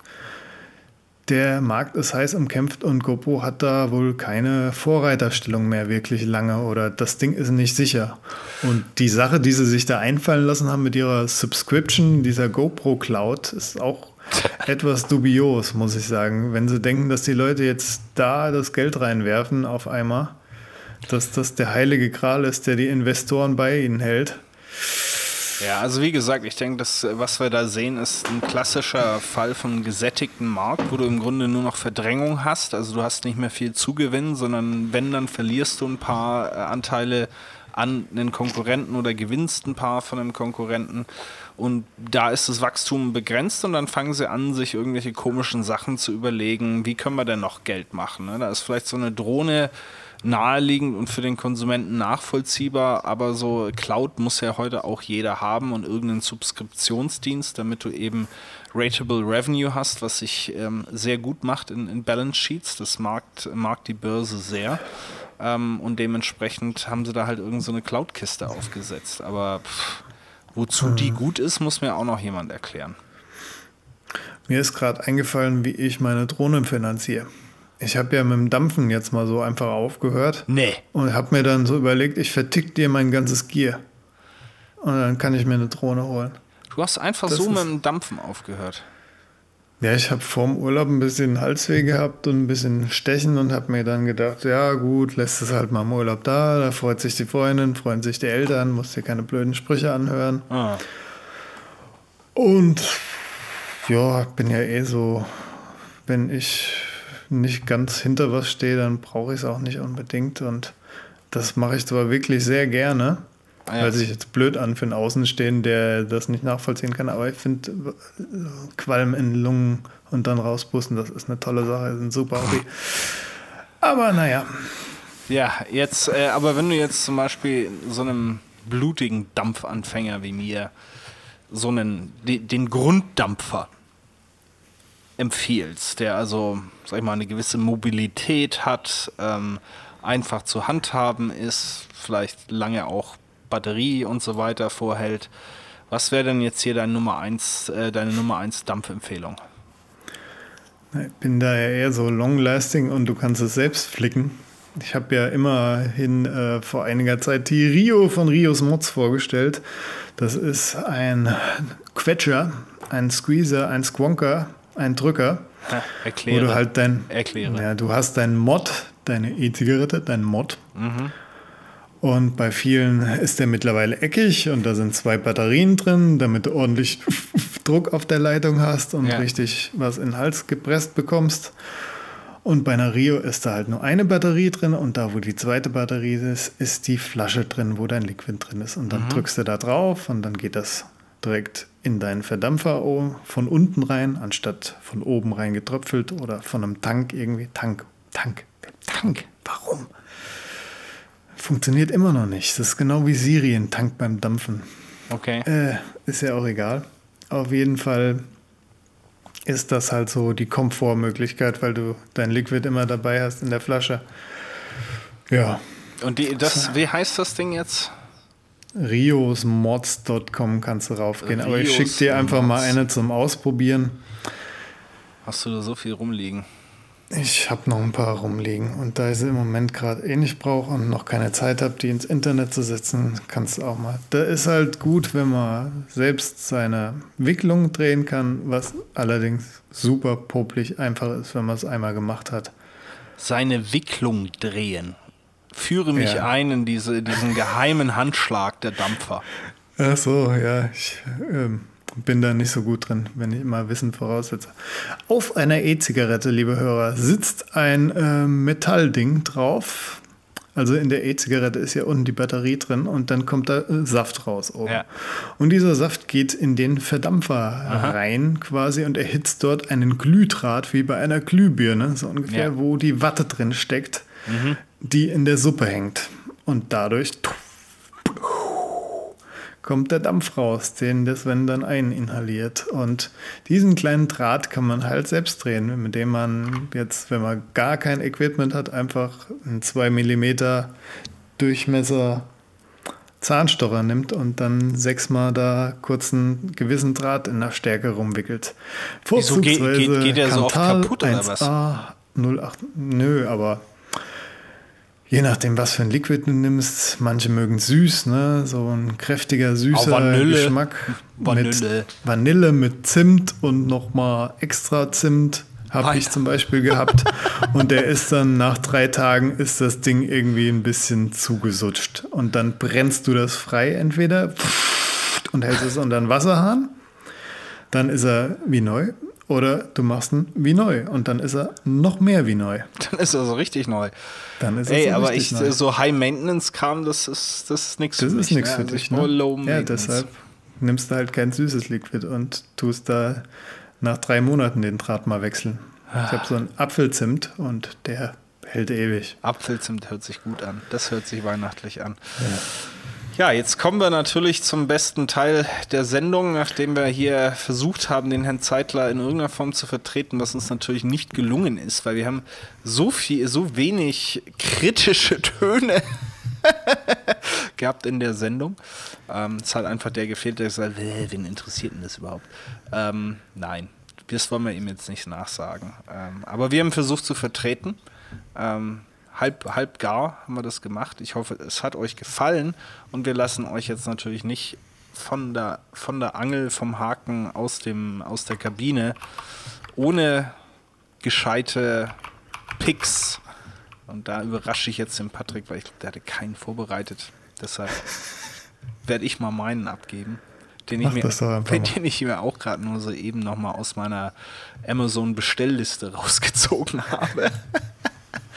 Der Markt ist heiß umkämpft und GoPro hat da wohl keine Vorreiterstellung mehr wirklich lange oder das Ding ist nicht sicher. Und die Sache, die sie sich da einfallen lassen haben mit ihrer Subscription, dieser GoPro Cloud, ist auch etwas dubios, muss ich sagen. Wenn sie denken, dass die Leute jetzt da das Geld reinwerfen auf einmal, dass das der heilige Gral ist, der die Investoren bei ihnen hält. Ja, also wie gesagt, ich denke, was wir da sehen, ist ein klassischer Fall von einem gesättigten Markt, wo du im Grunde nur noch Verdrängung hast. Also du hast nicht mehr viel Zugewinn, sondern wenn, dann verlierst du ein paar Anteile an einen Konkurrenten oder gewinnst ein paar von einem Konkurrenten. Und da ist das Wachstum begrenzt und dann fangen sie an, sich irgendwelche komischen Sachen zu überlegen, wie können wir denn noch Geld machen. Ne? Da ist vielleicht so eine Drohne naheliegend und für den Konsumenten nachvollziehbar, aber so Cloud muss ja heute auch jeder haben und irgendeinen Subskriptionsdienst, damit du eben Ratable Revenue hast, was sich sehr gut macht in Balance Sheets. Das mag die Börse sehr und dementsprechend haben sie da halt irgend so eine Cloud-Kiste aufgesetzt. Aber wozu die gut ist, muss mir auch noch jemand erklären. Mir ist gerade eingefallen, wie ich meine Drohne finanziere. Ich habe ja mit dem Dampfen jetzt mal so einfach aufgehört. Nee. Und habe mir dann so überlegt, ich vertick dir mein ganzes Gear. Und dann kann ich mir eine Drohne holen. Du hast einfach so mit dem Dampfen aufgehört. Ja, ich habe vorm Urlaub ein bisschen Halsweh gehabt und ein bisschen Stechen und habe mir dann gedacht, ja gut, lässt es halt mal im Urlaub da freut sich die Freundin, freuen sich die Eltern, musst dir keine blöden Sprüche anhören. Und ja, bin ja eh so, wenn ich nicht ganz hinter was stehe, dann brauche ich es auch nicht unbedingt und das mache ich zwar wirklich sehr gerne, Hört sich jetzt blöd an für einen Außenstehenden, der das nicht nachvollziehen kann, aber ich finde, Qualm in den Lungen und dann rauspusten, das ist eine tolle Sache, das ist ein super Hobby. Aber naja. Ja, jetzt, aber wenn du jetzt zum Beispiel so einem blutigen Dampfanfänger wie mir den Grunddampfer empfiehlst, der also, sag ich mal, eine gewisse Mobilität hat, einfach zu handhaben ist, vielleicht lange auch Batterie und so weiter vorhält. Was wäre denn jetzt hier deine Nummer 1 Dampfempfehlung? Ich bin da ja eher so long-lasting und du kannst es selbst flicken. Ich habe ja immerhin vor einiger Zeit die Rio von Rios Mods vorgestellt. Das ist ein Quetscher, ein Squeezer, ein Squonker, ein Drücker. Erkläre. Wo du halt Erkläre. Ja, du hast deinen Mod, deine E-Zigarette, deinen Mod. Mhm. Und bei vielen ist der mittlerweile eckig und da sind 2 Batterien drin, damit du ordentlich Druck auf der Leitung hast und richtig was in den Hals gepresst bekommst. Und bei einer Rio ist da halt nur eine Batterie drin und da, wo die zweite Batterie ist, ist die Flasche drin, wo dein Liquid drin ist. Und dann drückst du da drauf und dann geht das direkt in deinen Verdampfer von unten rein, anstatt von oben rein getröpfelt oder von einem Tank irgendwie. Tank. Warum? Funktioniert immer noch nicht. Das ist genau wie Siri, ein Tank beim Dampfen. Okay. Ist ja auch egal. Auf jeden Fall ist das halt so die Komfortmöglichkeit, weil du dein Liquid immer dabei hast in der Flasche. Ja. Und wie heißt das Ding jetzt? riosmods.com kannst du raufgehen. Aber ich schicke dir einfach mal eine zum Ausprobieren. Hast du da so viel rumliegen? Ich habe noch ein paar rumliegen und da ich sie im Moment gerade nicht brauche und noch keine Zeit habe, die ins Internet zu setzen, kannst du auch mal. Da ist halt gut, wenn man selbst seine Wicklung drehen kann, was allerdings super popelig einfach ist, wenn man es einmal gemacht hat. Seine Wicklung drehen. Führe mich ein in diesen geheimen Handschlag der Dampfer. Ach so, ja, ich bin da nicht so gut drin, wenn ich immer Wissen voraussetze. Auf einer E-Zigarette, liebe Hörer, sitzt ein Metallding drauf. Also in der E-Zigarette ist ja unten die Batterie drin und dann kommt da Saft raus oben. Ja. Und dieser Saft geht in den Verdampfer rein quasi und erhitzt dort einen Glühdraht wie bei einer Glühbirne, so ungefähr, wo die Watte drin steckt, die in der Suppe hängt. Und dadurch kommt der Dampf raus, den das Sven dann eininhaliert. Und diesen kleinen Draht kann man halt selbst drehen, mit dem man jetzt, wenn man gar kein Equipment hat, einfach einen 2 mm Durchmesser Zahnstocher nimmt und dann 6-mal da kurz einen gewissen Draht in der Stärke rumwickelt. Wieso geht der so oft kaputt oder was? 08, nö, aber je nachdem, was für ein Liquid du nimmst, manche mögen süß, ne? So ein kräftiger, süßer Geschmack. Mit Vanille mit Zimt und nochmal extra Zimt habe ich zum Beispiel gehabt. Und der ist dann nach 3 Tagen ist das Ding irgendwie ein bisschen zugesutscht. Und dann brennst du das frei entweder und hältst es unter den Wasserhahn. Dann ist er wie neu. Oder du machst ihn wie neu und dann ist er noch mehr wie neu. Dann ist er so richtig neu. Dann ist er aber so High-Maintenance-Kram, das ist nichts für mich. Das ist nichts für dich, ne? Ja, deshalb nimmst du halt kein süßes Liquid und tust da nach 3 Monaten den Draht mal wechseln. Ich habe so einen Apfelzimt und der hält ewig. Apfelzimt hört sich gut an. Das hört sich weihnachtlich an. Ja, jetzt kommen wir natürlich zum besten Teil der Sendung, nachdem wir hier versucht haben, den Herrn Zeitler in irgendeiner Form zu vertreten, was uns natürlich nicht gelungen ist, weil wir haben so wenig kritische Töne gehabt in der Sendung. Es hat einfach der gefehlt, der gesagt hat, wen interessiert denn das überhaupt? Nein, das wollen wir ihm jetzt nicht nachsagen. Aber wir haben versucht zu vertreten. Halb gar haben wir das gemacht. Ich hoffe, es hat euch gefallen und wir lassen euch jetzt natürlich nicht von der Angel, vom Haken aus der Kabine ohne gescheite Picks. Und da überrasche ich jetzt den Patrick, weil ich glaube, der hatte keinen vorbereitet. Deshalb werde ich mal meinen abgeben, den ich mir auch gerade nur so eben nochmal aus meiner Amazon-Bestellliste rausgezogen habe.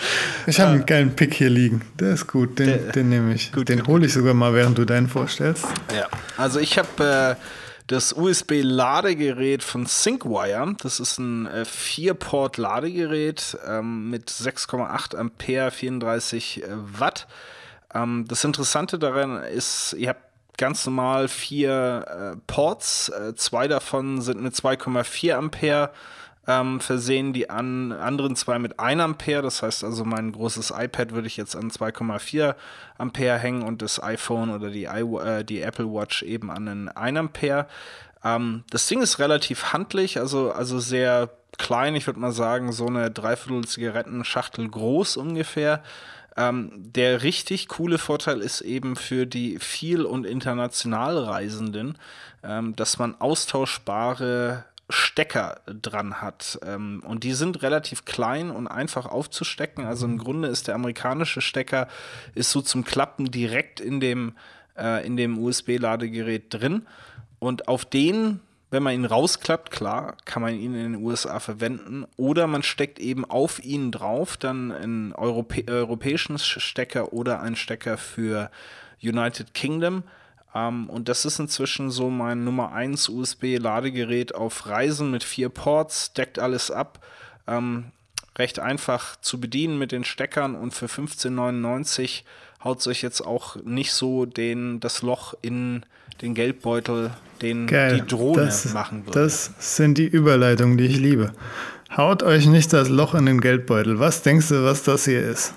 Ich habe einen geilen Pick hier liegen. Der ist gut, den nehme ich. Den hole ich sogar mal, während du deinen vorstellst. Ja, also ich habe das USB-Ladegerät von ThinkWire. Das ist ein 4-Port-Ladegerät mit 6,8 Ampere, 34 Watt. Das Interessante daran ist, ihr habt ganz normal 4 Ports. 2 davon sind mit 2,4 Ampere versehen, die anderen 2 mit 1 Ampere. Das heißt also, mein großes iPad würde ich jetzt an 2,4 Ampere hängen und das iPhone oder die Apple Watch eben an einen 1 Ampere. Das Ding ist relativ handlich, also sehr klein. Ich würde mal sagen, so eine 3/4 Zigarettenschachtel groß ungefähr. Der richtig coole Vorteil ist eben für die viel- und international Reisenden, dass man austauschbare Stecker dran hat. Und die sind relativ klein und einfach aufzustecken. Also im Grunde ist der amerikanische Stecker ist so zum Klappen direkt in dem USB-Ladegerät drin. Und auf den, wenn man ihn rausklappt, klar, kann man ihn in den USA verwenden. Oder man steckt eben auf ihn drauf dann einen europäischen Stecker oder einen Stecker für United Kingdom. Und das ist inzwischen so mein Nummer 1 USB-Ladegerät auf Reisen mit 4 Ports, deckt alles ab. Recht einfach zu bedienen mit den Steckern und für 15,99 haut euch jetzt auch nicht so das Loch in den Geldbeutel, den die Drohne machen würde. Das sind die Überleitungen, die ich liebe. Haut euch nicht das Loch in den Geldbeutel. Was denkst du, was das hier ist?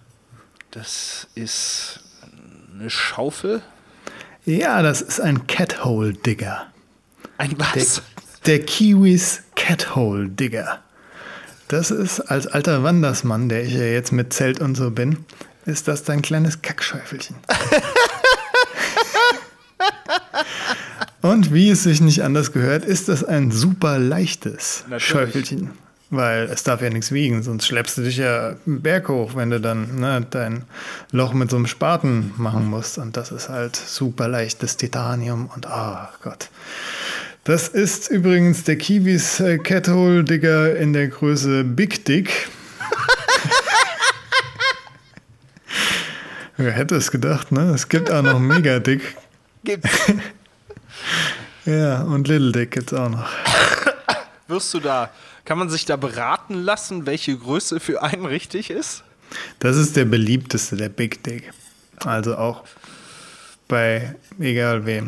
Das ist eine Schaufel. Ja, das ist ein Cathole Digger. Ein was? Der Kiwis Cathole Digger. Das ist, als alter Wandersmann, der ich ja jetzt mit Zelt und so bin, ist das dein kleines Kackschäufelchen. Und wie es sich nicht anders gehört, ist das ein super leichtes Schäufelchen. Weil es darf ja nichts wiegen, sonst schleppst du dich ja einen Berg hoch, wenn du dann dein Loch mit so einem Spaten machen musst. Und das ist halt super leichtes Titanium und Gott. Das ist übrigens der Kiwis Cathole Digger in der Größe Big Dick. Wer hätte es gedacht, ne? Es gibt auch noch Mega Dick. Gibt's. Ja, und Little Dick gibt's auch noch. Kann man sich da beraten lassen, welche Größe für einen richtig ist? Das ist der beliebteste, der Big Dick. Also auch bei egal wem.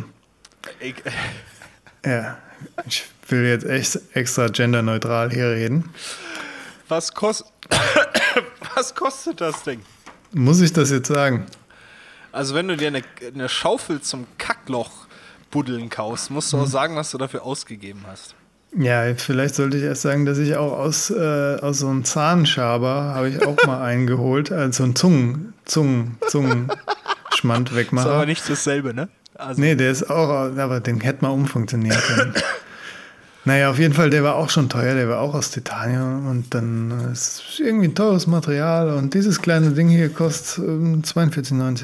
Ja, ich will jetzt echt extra genderneutral hier reden. Was kostet das Ding? Muss ich das jetzt sagen? Also wenn du dir eine Schaufel zum Kackloch buddeln kaufst, musst du auch sagen, was du dafür ausgegeben hast. Ja, vielleicht sollte ich erst sagen, dass ich auch aus so einem Zahnschaber habe ich auch mal einen geholt, also einen Zungenschmand wegmachen. Ist aber nicht dasselbe, ne? Also nee, der ist auch, aber den hätte man umfunktionieren können. Naja, auf jeden Fall, der war auch schon teuer, der war auch aus Titanium und dann ist irgendwie ein teures Material und dieses kleine Ding hier kostet 42,90.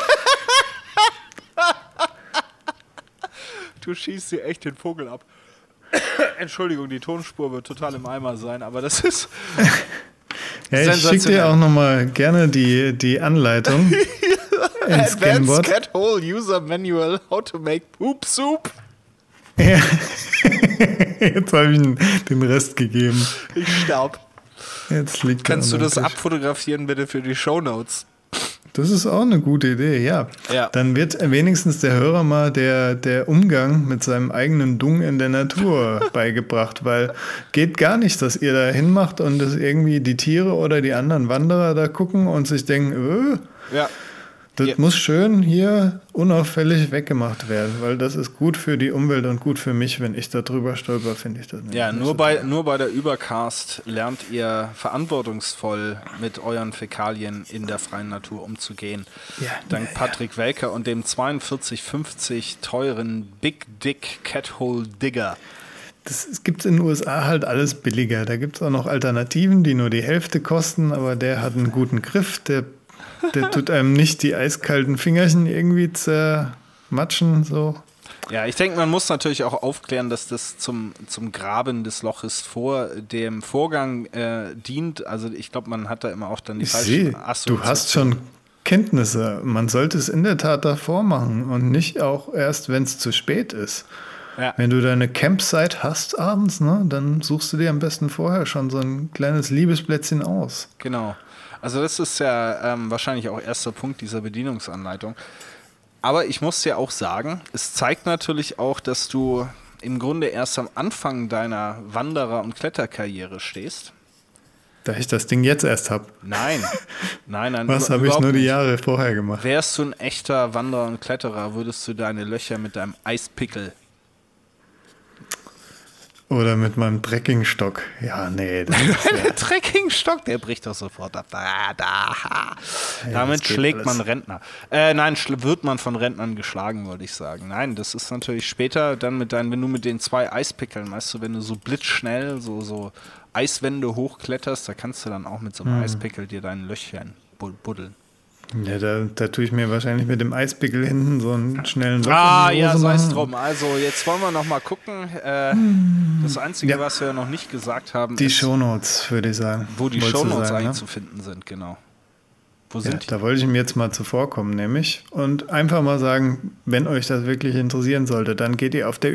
Du schießt dir echt den Vogel ab. Entschuldigung, die Tonspur wird total im Eimer sein, aber das ist ja, ich schicke dir auch nochmal gerne die Anleitung ins Scanbot. Advanced Cathole User Manual, how to make poop soup. Ja. Jetzt habe ich den Rest gegeben. Ich sterb. Jetzt liegt Kannst du das abfotografieren bitte für die Shownotes? Das ist auch eine gute Idee, ja. Dann wird wenigstens der Hörer mal der Umgang mit seinem eigenen Dung in der Natur beigebracht, weil geht gar nicht, dass ihr da hinmacht und dass irgendwie die Tiere oder die anderen Wanderer da gucken und sich denken, das muss schön hier unauffällig weggemacht werden, weil das ist gut für die Umwelt und gut für mich. Wenn ich da drüber stolper, finde ich das nicht. Ja, nur bei der Übercast lernt ihr verantwortungsvoll mit euren Fäkalien in der freien Natur umzugehen. Ja, dank Patrick Welker und dem 42,50 teuren Big Dick Cathole Digger. Das gibt es in den USA halt alles billiger. Da gibt es auch noch Alternativen, die nur die Hälfte kosten, aber der hat einen guten Griff, der tut einem nicht die eiskalten Fingerchen irgendwie zermatschen, so. Ja, ich denke, man muss natürlich auch aufklären, dass das zum Graben des Loches vor dem Vorgang dient. Also ich glaube, man hat da immer auch dann die falschen Assoziationen. Du hast schon Kenntnisse. Man sollte es in der Tat davor machen und nicht auch erst, wenn es zu spät ist. Ja. Wenn du deine Campsite hast abends, ne, dann suchst du dir am besten vorher schon so ein kleines Liebesplätzchen aus. Genau. Also das ist ja wahrscheinlich auch erster Punkt dieser Bedienungsanleitung. Aber ich muss dir auch sagen, es zeigt natürlich auch, dass du im Grunde erst am Anfang deiner Wanderer- und Kletterkarriere stehst. Da ich das Ding jetzt erst habe. Nein. Was habe ich nur die Jahre vorher gemacht? Wärst du ein echter Wanderer und Kletterer, würdest du deine Löcher mit deinem Eispickel oder mit meinem Trekkingstock. Ja, nee. Der Trekkingstock, der bricht doch sofort ab. Damit schlägt man Rentner. Nein, wird man von Rentnern geschlagen, wollte ich sagen. Nein, das ist natürlich später dann wenn du mit den 2 Eispickeln, weißt du, wenn du so blitzschnell so Eiswände hochkletterst, da kannst du dann auch mit so einem Eispickel dir deinen Löchchen buddeln. Ja, da tue ich mir wahrscheinlich mit dem Eispickel hinten so einen schnellen Loch ja, sei es drum. Also jetzt wollen wir noch mal gucken. Das Einzige, was wir noch nicht gesagt haben, die Shownotes, würde ich sagen. Wo die Shownotes eigentlich zu finden sind, genau. Wo sind die? Da wollte ich ihm jetzt mal zuvorkommen, nämlich. Und einfach mal sagen, wenn euch das wirklich interessieren sollte, dann geht ihr auf der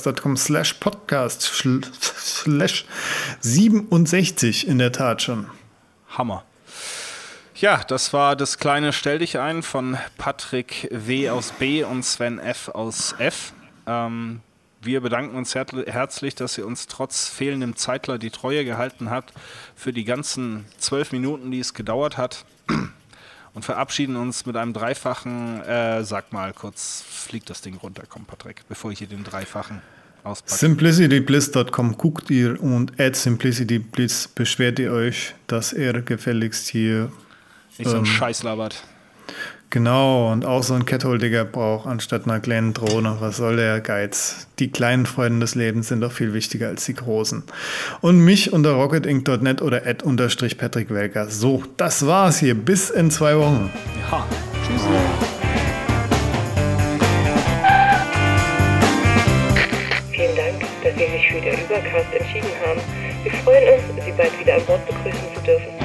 übercast.com/podcast/67 in der Tat schon. Hammer. Ja, das war das kleine Stell dich ein von Patrick W. aus B. und Sven F. aus F. Wir bedanken uns herzlich, dass ihr uns trotz fehlendem Zeitler die Treue gehalten habt für die ganzen 12 Minuten, die es gedauert hat. Und verabschieden uns mit einem dreifachen, sag mal kurz, fliegt das Ding runter, komm Patrick, bevor ich hier den dreifachen auspacke. Simplicitybliss.com guckt ihr und @simplicitybliss beschwert ihr euch, dass er gefälligst hier nicht so ein Scheiß labert. Genau, und auch so ein Catholdigger braucht anstatt einer kleinen Drohne. Was soll der Geiz? Die kleinen Freuden des Lebens sind doch viel wichtiger als die großen. Und mich unter rocketinc.net oder @Patrick Welker. So, das war's hier. Bis in 2 Wochen. Ja, tschüss. Vielen Dank, dass Sie sich für den Übercast entschieden haben. Wir freuen uns, Sie bald wieder an Bord begrüßen zu dürfen.